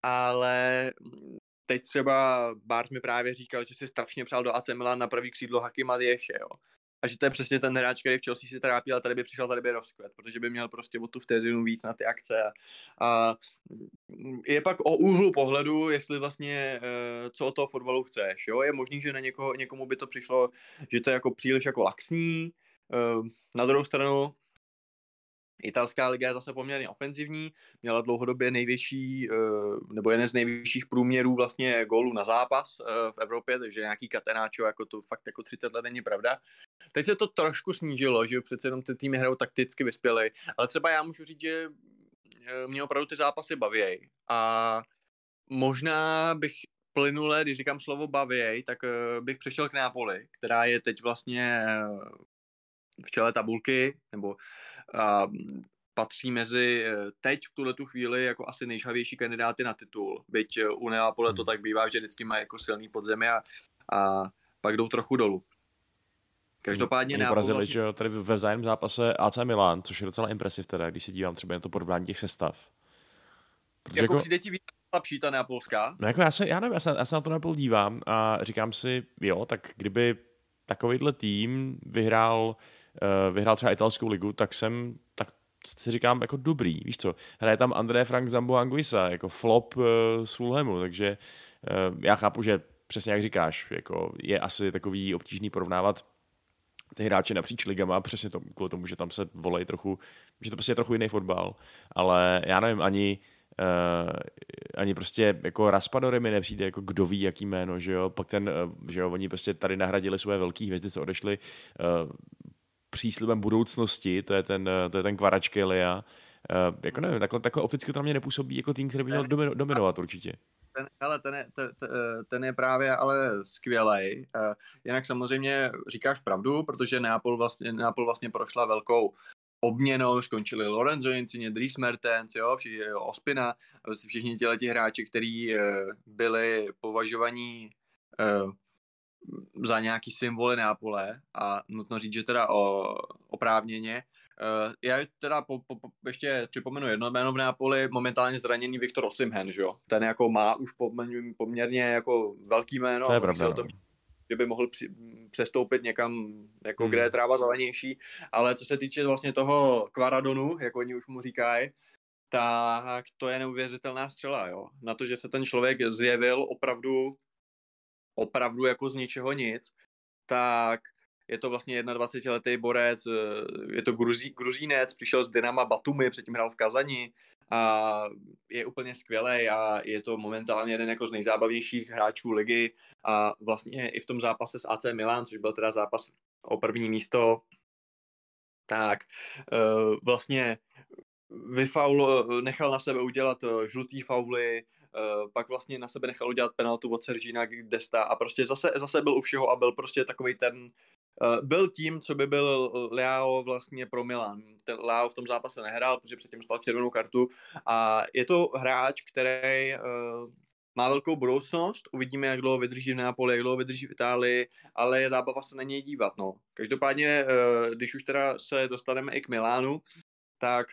ale teď třeba Bart mi právě říkal, že si strašně přál do A C Milan na pravý křídlo Hakima Ziyeshe, jo. a že to je přesně ten hráč, který v Chelsea si trápí, ale tady by přišel, tady by rozkvět, protože by měl prostě o tu vteřinu víc na ty akce a, a je pak o úhlu pohledu, jestli vlastně uh, co od toho fotbalu chceš, jo, je možný, že na někoho, někomu by to přišlo, že to je jako příliš jako laxní, uh, na druhou stranu italská liga je zase poměrně ofenzivní, měla dlouhodobě největší, nebo jeden z nejvyšších průměrů vlastně gólů na zápas v Evropě, takže nějaký Catenaccio, jako to fakt jako třicet let není pravda. Teď se to trošku snížilo, že přece jenom ty týmy hrajou takticky vyspělej, ale třeba já můžu říct, že mě opravdu ty zápasy bavějí a možná bych plynule, když říkám slovo bavěj, tak bych přešel k Neapoli, která je teď vlastně v čele tabulky, nebo a, patří mezi teď v tuhletu chvíli jako asi nejžhavější kandidáty na titul. Byť u Neapole to tak bývá, že vždycky má jako silný podzemí a, a pak jdou trochu dolů. Každopádně Neapol porazili, vlastně... že tady ve vzájemném zápase A C Milan, což je docela impresiv teda, když se dívám třeba na to porovnání těch sestav. Protože jako, jako přijde ti víc slabší ta neapolská? No jako já se, já nevím, já se, já se na to Neapol dívám a říkám si, jo, tak kdyby takovýhle tým vyhrál uh, vyhrál třeba italskou ligu, tak jsem, tak si říkám jako dobrý, víš co, hraje tam André Frank Zambo Anguissa, jako flop uh, z Fulhamu, takže uh, já chápu, že přesně jak říkáš, jako je asi takový obtížný porovnávat ty hráče napříč ligama, přesně to, kvůli tomu, že tam se volají trochu, že to prostě je trochu jiný fotbal, ale já nevím, ani Uh, ani prostě jako Raspadori mi nepřijde jako kdo ví jaký jméno, že jo, pak ten, uh, že jo, oni prostě tady nahradili své velký hvězdy, co odešli uh, příslibem budoucnosti, to je ten, uh, to je ten Kvaratskhelia, uh, jako nevím, takhle, takhle opticky to na mě nepůsobí jako tým, který by měl domino, dominovat určitě. Ten, ale ten je, ten, ten je právě ale skvělej. Uh, jinak samozřejmě říkáš pravdu, protože Neapol vlastně, Neapol vlastně prošla velkou obměnou, skončili Lorenzo Insigne, Dries Mertens, jo, všichni, Ospina, všichni ti hráči, kteří byli považovaní uh, za nějaký symboly Neapole a nutno říct, že teda o, oprávněně. Uh, já teda po, po, po, ještě připomenu jedno jméno v Neapoli, momentálně zraněný Viktor Osimhen, že jo. Ten jako má už poměrně jako velký jméno. To je pravda, tom, že by mohl při, přestoupit někam, jako hmm. kde je tráva zelenější, ale co se týče vlastně toho Kvaradonu, jak oni už mu říkají, tak to je neuvěřitelná střela, jo. Na to, že se ten člověk zjevil opravdu, opravdu jako z ničeho nic, tak je to vlastně dvacetiletý borec, je to Gruzí, Gruzínec, přišel z Dynama Batumi, předtím hrál v Kazani a je úplně skvělej a je to momentálně jeden jako z nejzábavnějších hráčů ligy a vlastně i v tom zápase s A C Milan, což byl teda zápas o první místo, tak uh, vlastně vyfaul, nechal na sebe udělat žlutý fauly, uh, pak vlastně na sebe nechal udělat penaltu od Sergina Desta a prostě zase, zase byl u všeho a byl prostě takovej ten Uh, byl tím, co by byl Leao vlastně pro Milan. Ten Leao v tom zápase nehrál, protože předtím dostal červenou kartu a je to hráč, který uh, má velkou budoucnost. Uvidíme, jak dlouho vydrží v Neapoli, jak dlouho vydrží v Itálii, ale je zábava se na něj dívat. No. Každopádně, uh, když už teda se dostaneme i k Milánu, tak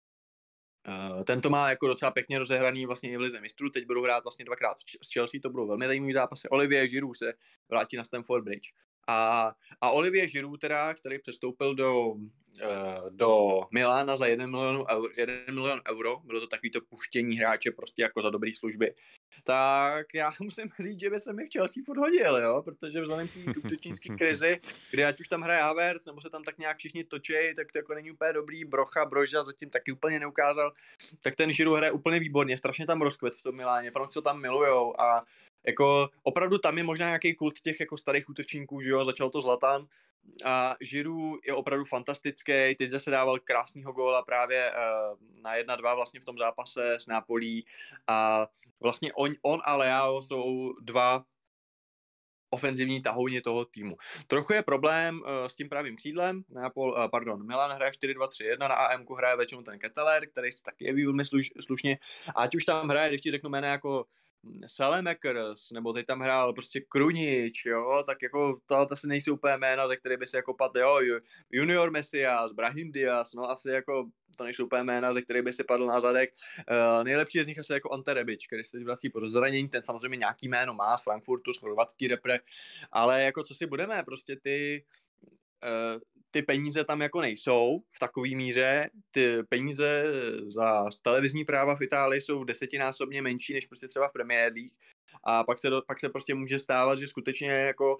Uh, tento má jako docela pěkně rozehraný vlastně i v lize mistrů, teď budou hrát vlastně dvakrát s Chelsea, to budou velmi zajímavý zápasy. Olivier Giroud se vrátí na Stamford Bridge. A, a Olivier Giroud teda, který přestoupil do, uh, do Milána za jeden milion, eur, jeden milion euro, bylo to takovýto puštění hráče prostě jako za dobrý služby, tak já musím říct, že by se mi v Chelsea furt hodil, jo, protože vzhledem k té útočnické krizi, kdy ať už tam hraje Havertz, nebo se tam tak nějak všichni točí, tak to jako není úplně dobrý, Brocha, Broža zatím taky úplně neukázal, tak ten Giroud hraje úplně výborně, strašně tam rozkvet v tom Miláně, Frankci ho tam milujou a jako opravdu tam je možná nějaký kult těch jako starých útočníků, že jo, začal to Zlatan a Giroud je opravdu fantastický, teď zase dával krásnýho góla právě uh, na jedna dva vlastně v tom zápase s Nápolí a vlastně on, on a Leao jsou dva ofenzivní tahouni toho týmu. Trochu je problém uh, s tím pravým křídlem, Neapol, uh, pardon, Milan hraje čtyři dva tři jedna, na á emku hraje většinou ten Ketteler, který se taky jeví velmi sluš, slušně, a ať už tam hraje, když ti řeknu jména jako Saelemaekers, nebo teď tam hrál prostě Krunič, jo, tak jako to asi nejsou úplně jména, ze které by se jako padl, jo, Junior Messias, Brahim Diaz, no asi jako to nejsou úplně jména, ze které by se padl na zadek. Uh, nejlepší z nich asi jako Ante Rebic, který se vrací po zranění, ten samozřejmě nějaký jméno má z Frankfurtu, z chorvatský repre, ale jako co si budeme, prostě ty ty peníze tam jako nejsou v takové míře, ty peníze za televizní práva v Itálii jsou desetinásobně menší než prostě třeba v Premier League a pak se, do, pak se prostě může stávat, že skutečně jako,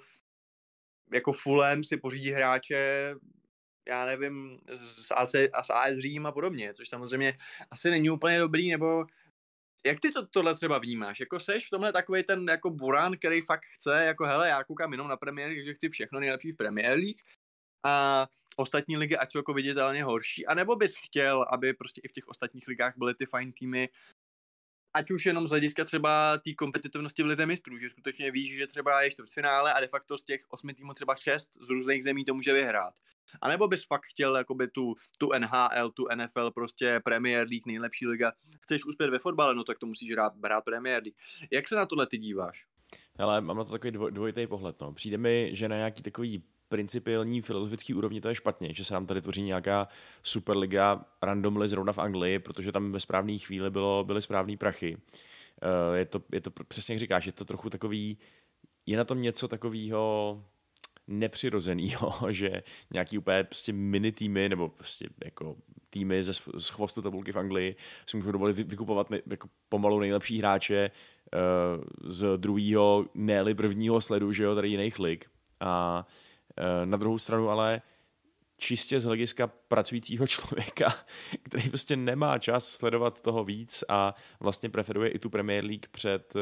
jako Fulham si pořídí hráče, já nevím, z A C, z A S Řím a podobně, což samozřejmě asi není úplně dobrý, nebo jak ty to, tohle třeba vnímáš? Jako seš v tomhle takovej ten jako burán, který fakt chce, jako hele, já koukám jenom na Premier League, že chci všechno nejlepší v Premier League a ostatní ligy ať jsou jako viditelně horší, anebo bys chtěl, aby prostě i v těch ostatních ligách byly ty fajn týmy, ať už jenom z hlediska třeba té kompetitivnosti v lize mistrů, že skutečně víš, že třeba je čtvrtfinále a de facto z těch osmi týmů třeba šest z různých zemí to může vyhrát. A nebo bys fakt chtěl jakoby tu, tu N H L, tu N F L, prostě Premier League, nejlepší liga. Chceš uspět ve fotbale, no tak to musíš hrát, hrát Premier League. Jak se na tohle ty díváš? Hele, mám na to takový dvoj, dvojitý pohled. No. Přijde mi, že na nějaký takový principiální filozofický úrovni to je špatně, že se nám tady tvoří nějaká superliga randomly zrovna v Anglii, protože tam ve správné chvíli bylo, byly správný prachy. Uh, je, to, je to přesně jak říkáš, je to trochu takový, je na tom něco takového nepřirozenýho, že nějaký úplně prostě mini týmy nebo prostě jako týmy ze, z chvostu tabulky v Anglii si můžou dovolit vykupovat jako pomalu nejlepší hráče uh, z druhého, ne-li prvního sledu, že jo, tady jiných lig. A uh, na druhou stranu ale čistě z hlediska pracujícího člověka, který prostě nemá čas sledovat toho víc a vlastně preferuje i tu Premier League před,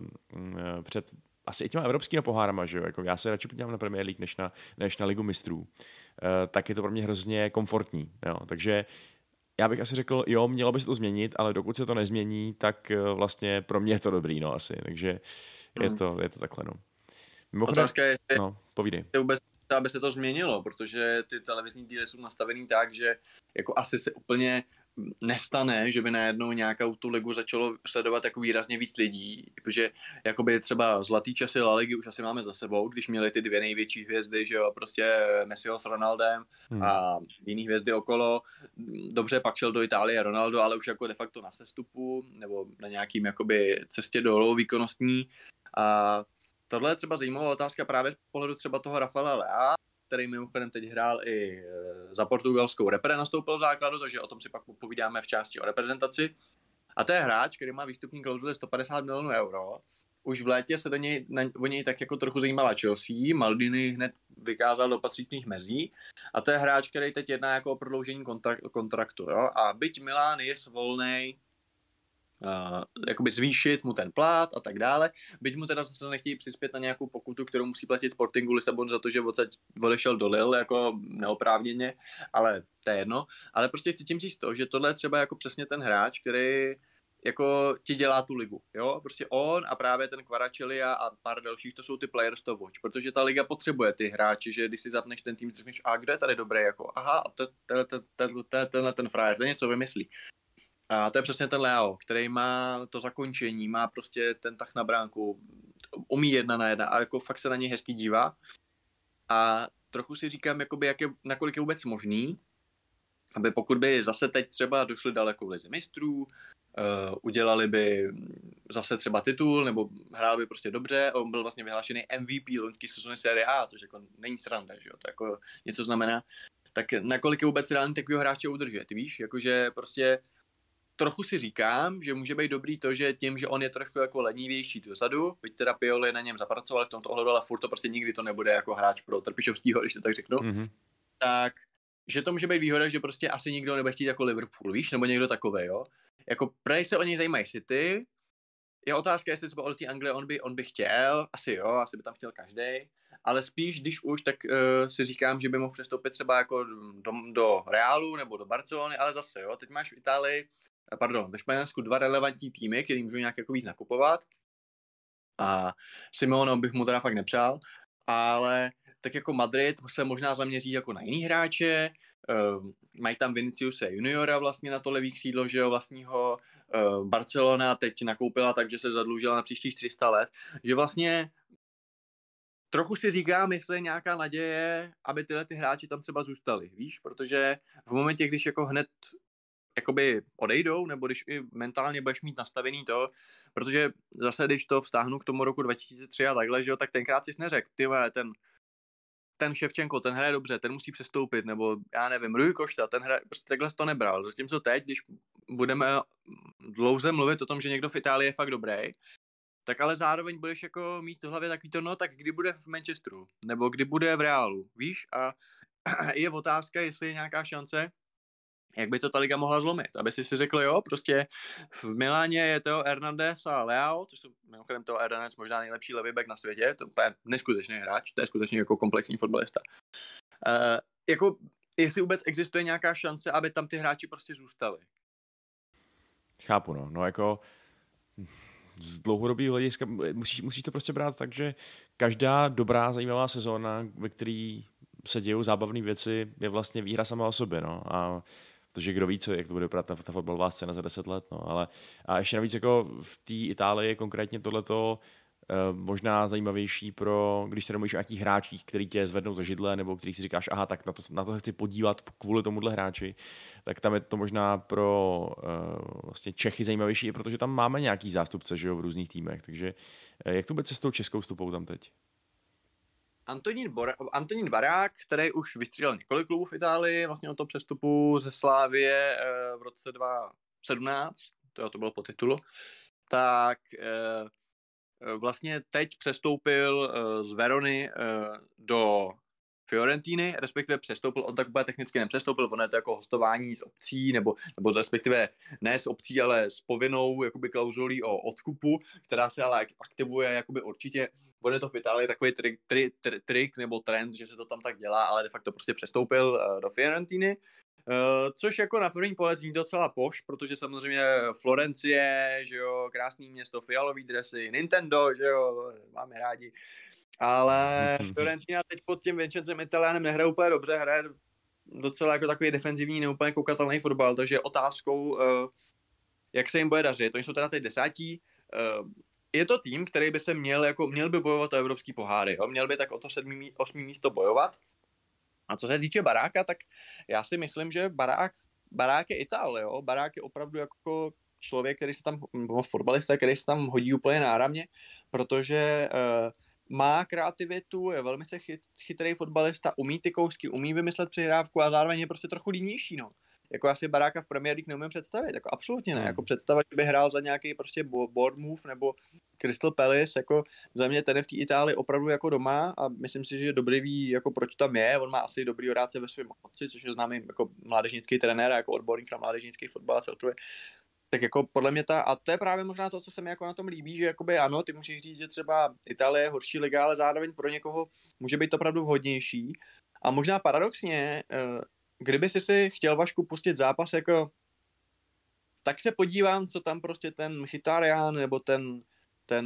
uh, před asi i těma evropskými pohárama, že jo, jako já se radši podívám na Premier League než na, než na Ligu mistrů, uh, tak je to pro mě hrozně komfortní, jo, takže já bych asi řekl, jo, mělo by se to změnit, ale dokud se to nezmění, tak uh, vlastně pro mě je to dobrý, no asi, takže je, mm. to, je to takhle, no. Mimochodem, otázka je, jestli no, povídej. vůbec aby se to změnilo, protože ty televizní díly jsou nastavený tak, že jako asi se úplně nestane, že by najednou nějakou tu ligu začalo sledovat jako výrazně víc lidí, protože jakoby třeba zlatý časy La Ligy už asi máme za sebou, když měli ty dvě největší hvězdy, že jo, prostě Messiho s Ronaldem hmm. a jiný hvězdy okolo. Dobře, pak šel do Itálie Ronaldo, ale už jako de facto na sestupu, nebo na nějakým jakoby cestě dolů výkonnostní. A tohle je třeba zajímavá otázka právě z pohledu třeba toho Rafaela Lea, který mimochodem teď hrál i za portugalskou repre, nastoupil v základu, takže o tom si pak povídáme v části o reprezentaci. A to je hráč, který má výstupní klauzuli sto padesát milionů euro. Už v létě se do něj, na, o něj tak jako trochu zajímala Chelsea, Maldini hned vykázal do patřičných mezí a to je hráč, který teď jedná jako o prodloužení kontrak, kontraktu. Jo? A byť Milán je svolnej Uh, jakoby zvýšit mu ten plát a tak dále. Byť mu teda zase nechtějí přispět na nějakou pokutu, kterou musí platit Sportingu Lisabon za to, že odsaď odešel do Lille jako neoprávněně, ale to je jedno. Ale prostě chci tím říct to, že tohle je třeba jako přesně ten hráč, který jako ti dělá tu ligu, jo? Prostě on a právě ten Kvaratskhelia a pár dalších, to jsou ty players to watch, protože ta liga potřebuje ty hráči, že když si zapneš ten tým, řekneš, a kdo je tady dobrý, jako aha, a tenhle ten frajer, to něco vymyslí. A to je přesně ten Leo, který má to zakončení, má prostě ten tah na bránku, umí jedna na jedna a jako fakt se na něj hezky dívá. A trochu si říkám, jakoby, jak je, nakolik je vůbec možný, aby pokud by zase teď třeba došli daleko v lize mistrů, uh, udělali by zase třeba titul, nebo hrál by prostě dobře, on byl vlastně vyhlášený M V P loňský sezóny Serie A, což jako není sranda, že jo, to jako něco znamená. Tak nakolik je vůbec reálně takového hráče udržet, víš, jakože prostě trochu si říkám, že může být dobrý to, že tím, že on je trošku jako lenivější dozadu, byť teda Pioli na něm zapracoval v tomto ohledu, ale furt to prostě nikdy to nebude jako hráč pro Trpišovskýho, když to tak řeknu, mm-hmm. tak že to může být výhoda, že prostě asi nikdo nebude chtít jako Liverpool, víš, nebo někdo takovej, jo. Jako prej se o něj zajímají City, je otázka, jestli třeba od té Anglie on by, on by chtěl, asi jo, asi by tam chtěl každej, ale spíš, když už, tak uh, si říkám, že by mohl přestoupit třeba jako do, do Realu nebo do Barcelony, ale zase jo, teď máš v Itálii, pardon, ve Španělsku dva relevantní týmy, který můžou nějak jako víc nakupovat a Simeone bych mu teda fakt nepřál, ale tak jako Madrid se možná zaměří jako na jiný hráče, uh, mají tam Viniciuse juniora vlastně na to levý křídlo, že jo, vlastního uh, Barcelona teď nakoupila, takže se zadlužila na příštích tři sta let, že vlastně trochu si říkám, jestli je nějaká naděje, aby tyhle ty hráči tam třeba zůstali, víš, protože v momentě, když jako hned jakoby odejdou, nebo když i mentálně budeš mít nastavený to, protože zase, když to vztáhnu k tomu roku dva tisíce tři a takhle, že jo, tak tenkrát jsi neřekl, ty vole, ten ten Ševčenko, ten hraje dobře, ten musí přestoupit, nebo já nevím, Rui Košta, ten hraje, prostě takhle to nebral. Zatímco teď, když budeme dlouze mluvit o tom, že někdo v Itálii je fakt dobrý, tak ale zároveň budeš jako mít v hlavě takový to, no tak kdy bude v Manchesteru, nebo kdy bude v Reálu, víš? A je otázka, jestli je nějaká šance, jak by to ta liga mohla zlomit, aby si si řekl, jo, prostě v Miláně je Theo Hernandez a Leao, což jsou mimochodem Theo Hernandez možná nejlepší levý back na světě, to je neskutečný hráč, to je skutečně jako komplexní fotbalista. Uh, jako, jestli vůbec existuje nějaká šance, aby tam ty hráči prostě zůstali. Chápu, no, no jako z dlouhodobého hlediska musíš, musíš to prostě brát tak, že každá dobrá, zajímavá sezóna, ve který se dějou zábavné věci, je vlastně výhra sama o sobě, no, a protože kdo ví, co, jak to bude vypadat ta, ta fotbalová scéna za deset let, no, ale a ještě navíc jako v té Itálii konkrétně tohleto eh, možná zajímavější pro, když se domluvíš o nějakých hráčích, který tě zvednou za židle, nebo který si říkáš, aha, tak na to, na to se chci podívat kvůli tomuhle hráči, tak tam je to možná pro eh, vlastně Čechy zajímavější, i protože tam máme nějaký zástupce, že jo, v různých týmech, takže eh, jak to bude se s tou českou stupou tam teď? Antonín, Bora, Antonín Barák, který už vystřídal několik klubů v Itálii, vlastně o to přestupu ze Slávie eh, v roce dva tisíce sedmnáct, to, to bylo po titulu, tak eh, vlastně teď přestoupil eh, z Verony eh, do Fiorentíny, respektive přestoupil, on tak úplně technicky nepřestoupil, ono je to jako hostování s obcí, nebo, nebo respektive ne s obcí, ale s povinnou jakoby klauzulí o odkupu, která se ale aktivuje jakoby určitě, bude to v Itálii takový trik, trik, trik, trik nebo trend, že se to tam tak dělá, ale de facto prostě přestoupil uh, do Fiorentíny, uh, což jako na první pohled zní docela poš, protože samozřejmě Florencie, že jo, krásný město, fialový dresy, Nintendo, že jo, máme rádi. Ale Fiorentina teď pod tím Vincenzem Italianem nehraje úplně dobře, hraje docela jako takový defenzivní, neúplně koukatelný fotbal, takže je otázkou, uh, jak se jim bude dařit. Oni jsou teda teď desátí. Uh, je to tým, který by se měl, jako, měl by bojovat o evropský poháry, jo? Měl by tak o to sedmý, osmý místo bojovat. A co se týče Baráka, tak já si myslím, že Barák, Barák je Ital, jo? Barák je opravdu jako člověk, který se tam, fotbalista, který se tam hodí úplně náramně, protože uh, má kreativitu, je velmi chyt, chytrý fotbalista, umí ty kousky, umí vymyslet přihrávku a zároveň je prostě trochu línější, no. Jako já si Baráka v Premier League neumím představit, jako absolutně ne, jako představa, že by hrál za nějaký prostě Bournemouth nebo Crystal Palace, jako za mě ten je v té Itálii opravdu jako doma a myslím si, že dobrý ví, jako proč tam je, on má asi dobrý rádce ve svém otci, což je známý jako mládežnický trenér a jako odborník na mládežnický fotbal a celkově. Tak jako podle mě ta, a to je právě možná to, co se mi jako na tom líbí, že jakoby ano, ty můžeš říct, že třeba Itálie je horší liga, ale zároveň pro někoho může být opravdu vhodnější. A možná paradoxně, kdyby si si chtěl, Vašku, pustit zápas jako, tak se podívám, co tam prostě ten Mkhitaryan nebo ten ten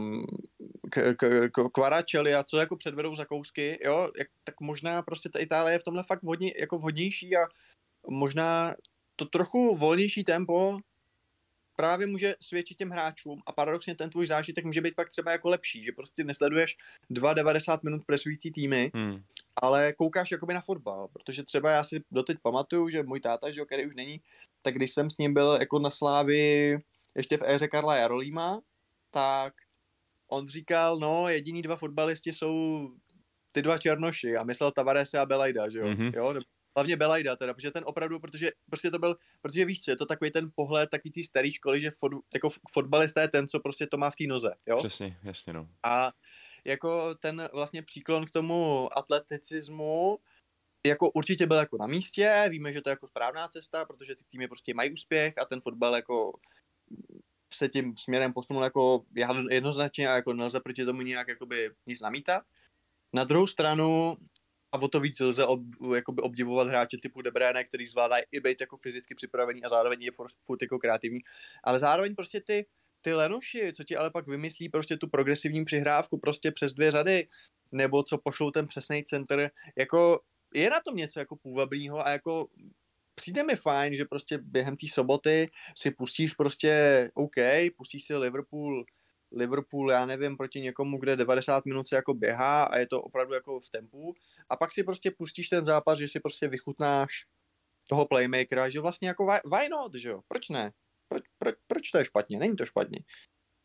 Kvaratskhelia a co jako předvedou za kousky, jo, jak, tak možná prostě ta Itálie je v tomhle fakt vhodně, jako vhodnější a možná to trochu volnější tempo právě může svědčit těm hráčům a paradoxně ten tvůj zážitek může být pak třeba jako lepší, že prostě nesleduješ dva devadesát minut presující týmy, hmm. ale koukáš jakoby na fotbal, protože třeba já si doteď pamatuju, že můj táta, že, který už není, tak když jsem s ním byl jako na Slávii ještě v éře Karla Jarolíma, tak on říkal, no jediný dva fotbalisti jsou ty dva černoši a myslel Tavarese a Belajda, že jo, mm-hmm. jo, hlavně Belajda teda, protože ten opravdu, protože prostě to byl, protože víš co, je to takový ten pohled, takový tý starý školy, že fot, jako fotbalista je ten, co prostě to má v té noze, jo. Přesně, jasně, no. A jako ten vlastně příklon k tomu atleticismu, jako určitě byl jako na místě, víme, že to je jako správná cesta, protože ty týmy prostě mají úspěch a ten fotbal jako se tím směrem posunul jako jednoznačně a jako nelze proti tomu nějak jakoby nic namítat. Na druhou stranu, a o to víc lze ob, jakoby obdivovat hráče typu De Bruyne, který zvládají i být jako fyzicky připravený a zároveň je furt jako kreativní, ale zároveň prostě ty, ty lenoši, co ti ale pak vymyslí prostě tu progresivní přihrávku prostě přes dvě řady, nebo co pošlou ten přesný center, jako je na tom něco jako půvabného a jako přijde mi fajn, že prostě během té soboty si pustíš prostě OK, pustíš si Liverpool, Liverpool, já nevím, proti někomu, kde devadesát minut se jako běhá a je to opravdu jako v tempu a pak si prostě pustíš ten zápas, že si prostě vychutnáš toho playmakera, že vlastně jako why, why not, že jo, proč ne? Proč, proč, proč to je špatně? Není to špatně.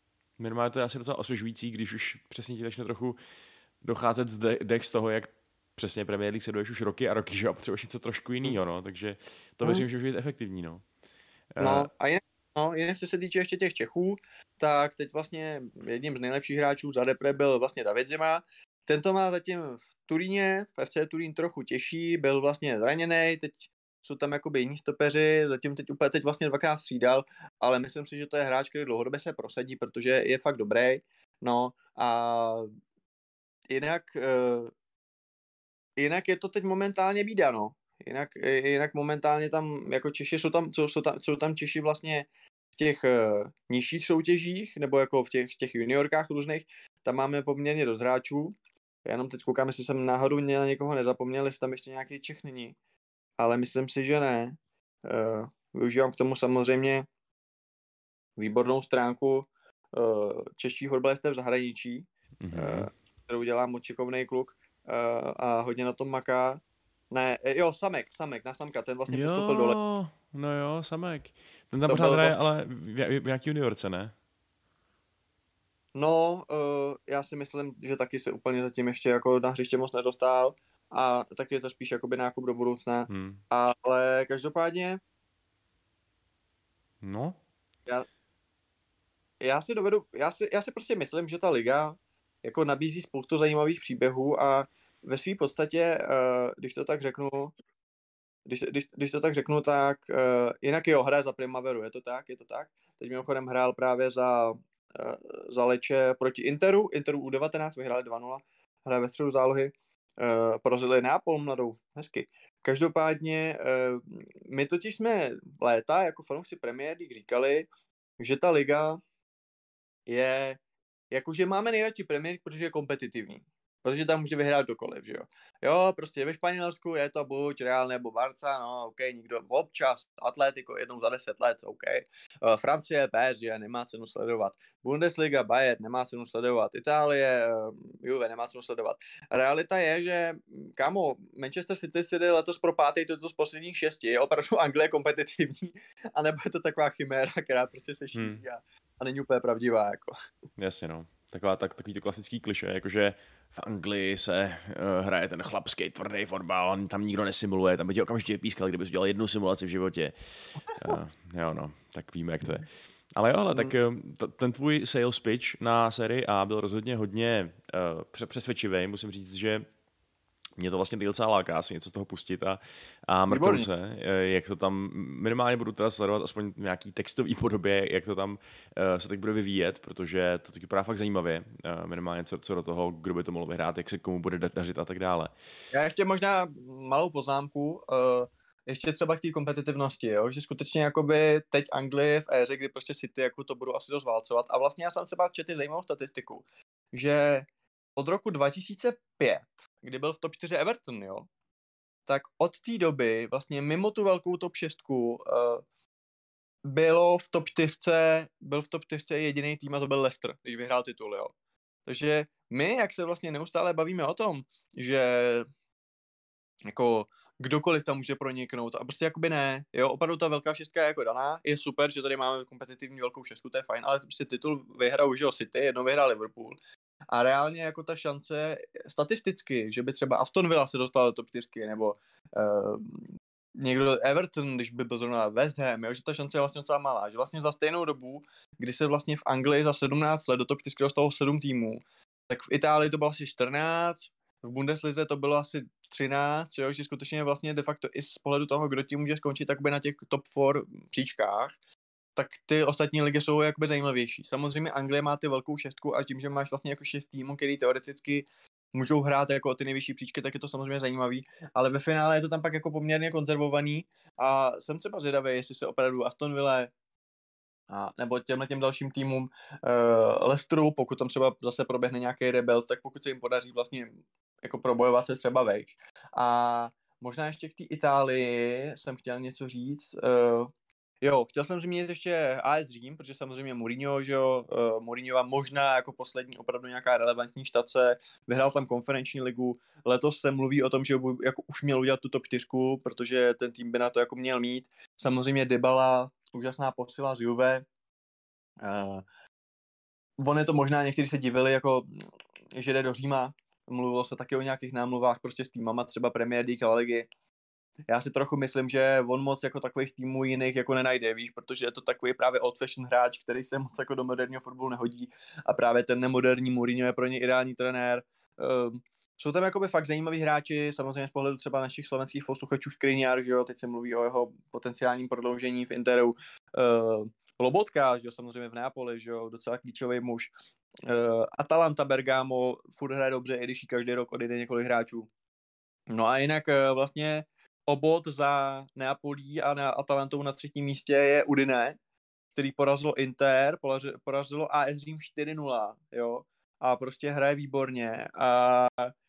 Minimálně to je asi docela osvěžující, když už přesně ti začne trochu docházet z dech z toho, jak přesně Premier League sleduješ už roky a roky, že a potřebuješ něco trošku jiného, no, takže to Hmm. věřím, že už je efektivní, no. No Uh, a jinak, no, jinak co se týče ještě těch Čechů, tak teď vlastně jedním z nejlepších hráčů za Depre byl vlastně David Zima. Tento má zatím v Turíně, v F C Turín trochu těžší, byl vlastně zraněný, teď jsou tam jakoby jiní stopeři, zatím teď úplně teď vlastně dvakrát střídal, ale myslím si, že to je hráč, který dlouhodobě se prosadí, protože je fakt dobrý. No a jinak, uh, jinak je to teď momentálně bída, no. Jinak, jinak momentálně tam, jako Češi jsou tam, jsou, jsou tam, jsou tam Češi vlastně v těch uh, nižších soutěžích, nebo jako v těch, v těch juniorkách různých, tam máme poměrně dost hráčů. Já jenom teď koukám, jestli jsem náhodou na někoho nezapomněl, jestli tam ještě nějaký Čech není. Ale myslím si, že ne. Uh, využívám k tomu samozřejmě výbornou stránku uh, čeští fotbalisté v zahraničí, mm-hmm. uh, kterou dělá moc šikovnej kluk uh, a hodně na tom maká. Ne, jo, Samek, Samek, na Samka, ten vlastně přestoupil dole. No jo, Samek. Ten tam To pořád byl hraje, vlastně- ale v, v jak juniorce, ne? No, uh, já si myslím, že taky se úplně zatím ještě jako na hřiště moc nedostal a taky je to spíš jakoby nákup do budoucna, Hmm. ale každopádně No, já si dovedu, já si, já si prostě myslím, že ta liga jako nabízí spoustu zajímavých příběhů a ve své podstatě, uh, když to tak řeknu, když, když, když to tak řeknu, tak uh, jinak jo, hraje za Primaveru, je to tak, je to tak. Teď mimochodem hrál právě za, uh, za Leče proti Interu, Interu U devatenáct, vyhráli dva nula, hraje ve středu zálohy, uh, porazili Neapol mladou, hezky. Každopádně, uh, my totiž jsme léta jako fanoušci Premier League říkali, že ta liga je, jakože máme nejradši Premier League, protože je kompetitivní. Protože tam může vyhrát kdokoliv, že jo. Jo, prostě ve Španělsku je to buď Real nebo Barca, no ok, nikdo občas, Atletico jednou za deset let, ok. Uh, Francie, P S G, nemá cenu sledovat. Bundesliga, Bayern, nemá cenu sledovat. Itálie, uh, Juve, nemá cenu sledovat. Realita je, že, kámo, Manchester City si jde letos pro pátý titul z posledních šesti, je opravdu Anglie kompetitivní, anebo je to taková chiméra, která prostě se šíří Hmm. a, a není úplně pravdivá, jako. jasně, no. Taková, tak, takový to klasický kliše, jakože v Anglii se uh, hraje ten chlapský tvrdý fotbal, tam nikdo nesimuluje, tam by tě okamžitě pískal, kdybys udělal jednu simulaci v životě. Uh, jo, no, tak víme, jak to je. Ale jo, ale tak uh, t- ten tvůj sales pitch na sérii A byl rozhodně hodně uh, přesvědčivý, musím říct, že mě to vlastně docela láká si něco z toho pustit a, a mrknout se, jak to tam, minimálně budu teda sledovat aspoň v nějaký textový podobě, jak to tam uh, se tak bude vyvíjet, protože to taky vypadá fakt zajímavě, uh, minimálně co, co do toho, kdo by to mohl vyhrát, jak se komu bude dařit a tak dále. Já ještě možná malou poznámku, uh, ještě třeba k té kompetitivnosti, jo? Že skutečně jakoby teď Anglie v éře, kdy prostě City jako to budou asi dost válcovat a vlastně já jsem třeba četl zajímavou statistiku, že od roku dva tisíce pět, kdy byl v top čtyři Everton, jo, tak od té doby vlastně mimo tu velkou top šestku uh, bylo v top čtyřce, byl v top čtyřce jediný tým a to byl Leicester, když vyhrál titul, jo. Takže my, jak se vlastně neustále bavíme o tom, že jako kdokoliv tam může proniknout a prostě jakoby ne, jo, opravdu ta velká šestka je jako daná, je super, že tady máme kompetitivní velkou šestku, to je fajn, ale prostě titul vyhrál už jo City, jednou vyhrál Liverpool a reálně jako ta šance statisticky, že by třeba Aston Villa se dostala do top čtyřky, nebo uh, někdo Everton, když by byl zrovna West Ham, jo, že ta šance je vlastně docela malá, že vlastně za stejnou dobu, kdy se vlastně v Anglii za sedmnáct let do top čtyřky dostalo sedm týmů, tak v Itálii to bylo asi čtrnáct, v Bundeslize to bylo asi třináct, jo, že skutečně vlastně de facto i z pohledu toho, kdo tím může skončit takby na těch top čtyři příčkách, tak ty ostatní ligy jsou jakoby zajímavější. Samozřejmě Anglie má ty velkou šestku a tím, že máš vlastně jako šest týmů, který teoreticky můžou hrát jako o ty nejvyšší příčky, tak je to samozřejmě zajímavý, ale ve finále je to tam pak jako poměrně konzervovaný a jsem třeba zvědavý, jestli se opravdu Aston Villa a nebo těmhle těm dalším týmům uh, Leicesteru, pokud tam třeba zase proběhne nějaký rebuild, tak pokud se jim podaří vlastně jako probojovat se třeba vejš. A možná ještě k té Itálii jsem chtěl něco říct. Uh, jo, chtěl jsem zmínit ještě A S Řím, protože samozřejmě Mourinho, že jo, uh, Mourinhova možná jako poslední opravdu nějaká relevantní štace, vyhrál tam konferenční ligu, letos se mluví o tom, že by jako už měl udělat tu top čtyři, protože ten tým by na to jako měl mít. Samozřejmě Dybala, úžasná posila z Juve. Uh, on je to možná, někteří se divili, jako, že jde do Říma, mluvilo se taky o nějakých námluvách prostě s týmama třeba Premier League a ligy. Já si trochu myslím, že on moc jako takových týmů jiných jako nenajde, víš, protože je to takový právě old fashion hráč, který se moc jako do moderního fotbalu nehodí a právě ten nemoderní Mourinho je pro ně ideální trenér. Um, jsou tam jakoby fakt zajímaví hráči, samozřejmě z pohledu třeba našich slovenských posluchačů Škriňár, že jo, teď se mluví o jeho potenciálním prodloužení v Interu. Uh, Lobotka, že jo, samozřejmě v Neapoli, že jo, docela klíčový muž. Uh, Atalanta Bergamo furt hraje dobře, i když jí každý rok odejde několik hráčů. No a jinak uh, vlastně obod za Neapolí a na Atalantou na třetím místě je Udine, který porazilo Inter, porazilo A S Řím čtyři nula, jo, a prostě hraje výborně a,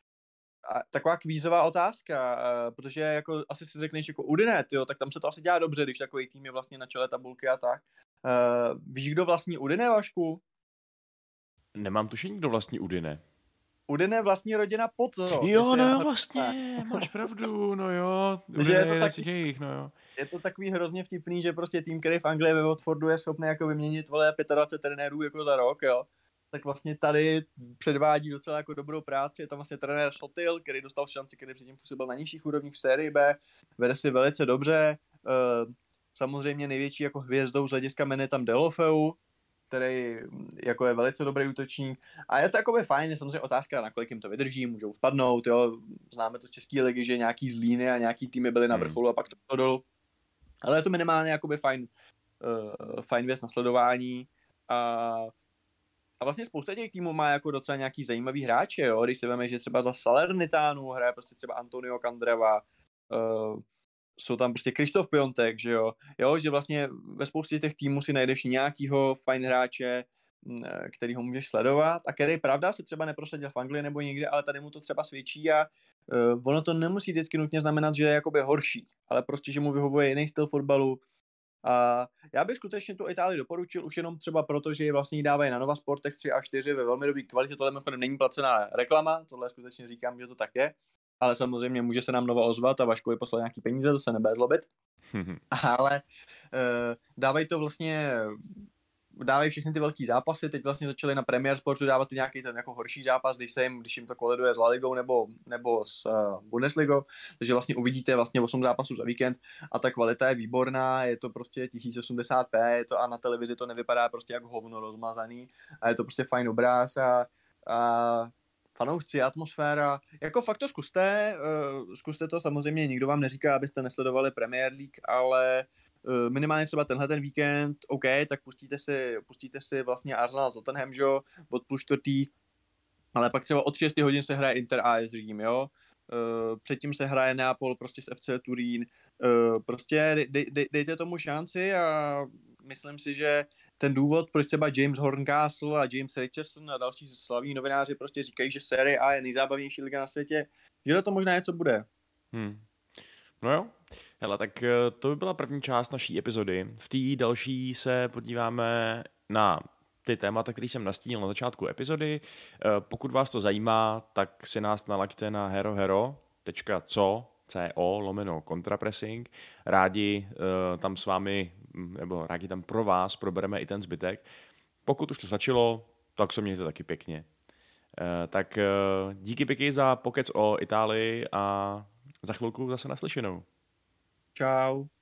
a taková kvízová otázka, a, protože jako asi si řekneš jako Udine, jo, tak tam se to asi dělá dobře, když takový tým je vlastně na čele tabulky a tak. A, víš, kdo vlastní Udine, Vašku? Nemám tušení, kdo vlastní Udine. Udine vlastní rodina Pozzo. Jo, no jo, vlastně, máš pravdu, no jo. Udine je to tak, jejich, no jo. Je to takový hrozně vtipný, že prostě tým, který v Anglii ve Watfordu je schopný jako vyměnit vole dvacet pět trenérů jako za rok, jo. Tak vlastně tady předvádí docela jako dobrou práci. Je tam vlastně trenér Sotil, který dostal šanci, který předtím působil na nižších úrovních v sérii B. Vede si velice dobře. Samozřejmě největší jako hvězdou z hlediska jména tam Deulofeu, který jako je velice dobrý útočník. A je to jakoby fajn, je samozřejmě otázka, nakolik jim to vydrží, můžou spadnout, jo. Známe to z české ligy, že nějaký zlíny a nějaký týmy byly na vrcholu a pak to dolů. Ale je to minimálně jakoby fajn, uh, fajn věc na sledování. A, a vlastně spousta těch týmů má jako docela nějaký zajímavý hráče, jo. Když si veme, že třeba za Salernitánu hraje prostě třeba Antonio Candreva, uh, jsou tam prostě Krištof Piontek, že jo, jo, že vlastně ve spoustě těch týmů si najdeš nějakýho fajn hráče, který ho můžeš sledovat a který, pravda, se třeba neprosadil v Anglii nebo někde, ale tady mu to třeba svědčí a uh, ono to nemusí vždycky nutně znamenat, že je jakoby horší, ale prostě, že mu vyhovuje jiný styl fotbalu. A já bych skutečně tu Itálii doporučil už jenom třeba proto, že ji vlastně dávají na Nova Sportech tři a čtyři ve velmi dobrý kvalitě, tohle mimochodem není placená reklama, tohle skutečně říkám, že to tak je. Ale samozřejmě může se nám Nova ozvat a Vaškovi poslat nějaký peníze, to se nebude zlobit. Ale uh, dávají to vlastně, dávají všechny ty velký zápasy, teď vlastně začali na Premier Sportu dávat nějaký ten jako horší zápas, když se jim, když jim to koliduje s La Ligou nebo, nebo s uh, Bundesligou, takže vlastně uvidíte vlastně osm zápasů za víkend a ta kvalita je výborná, je to prostě tisíc osmdesát pé, je to a na televizi to nevypadá prostě jako hovno rozmazaný a je to prostě fajn obráz a, a fanoušci, atmosféra, jako fakt to zkuste, uh, zkuste to, samozřejmě nikdo vám neříká, abyste nesledovali Premier League, ale uh, minimálně třeba tenhle ten víkend, OK, tak pustíte si, pustíte si vlastně Arsenal Tottenham, že jo, od půl čtvrtý, ale pak třeba od šesti hodin se hraje Inter A S Řím, jo, uh, předtím se hraje Neapol prostě s F C Turín, uh, prostě dej, dej, dejte tomu šanci a myslím si, že ten důvod, proč třeba James Horncastle a James Richardson a další slavní novináři prostě říkají, že Serie A je nejzábavnější liga na světě, že to možná něco bude. Hmm. No jo. Hele, tak to by byla první část naší epizody. V té další se podíváme na ty témata, které jsem nastínil na začátku epizody. Pokud vás to zajímá, tak si nás nalaďte na herohero tečka co lomeno kontrapressing. Rádi uh, tam s vámi, nebo rádi tam pro vás probereme i ten zbytek. Pokud už to stačilo, tak se mějte taky pěkně. Uh, tak uh, díky pěkně za pokec o Itálii a za chvilku zase naslyšenou. Čau.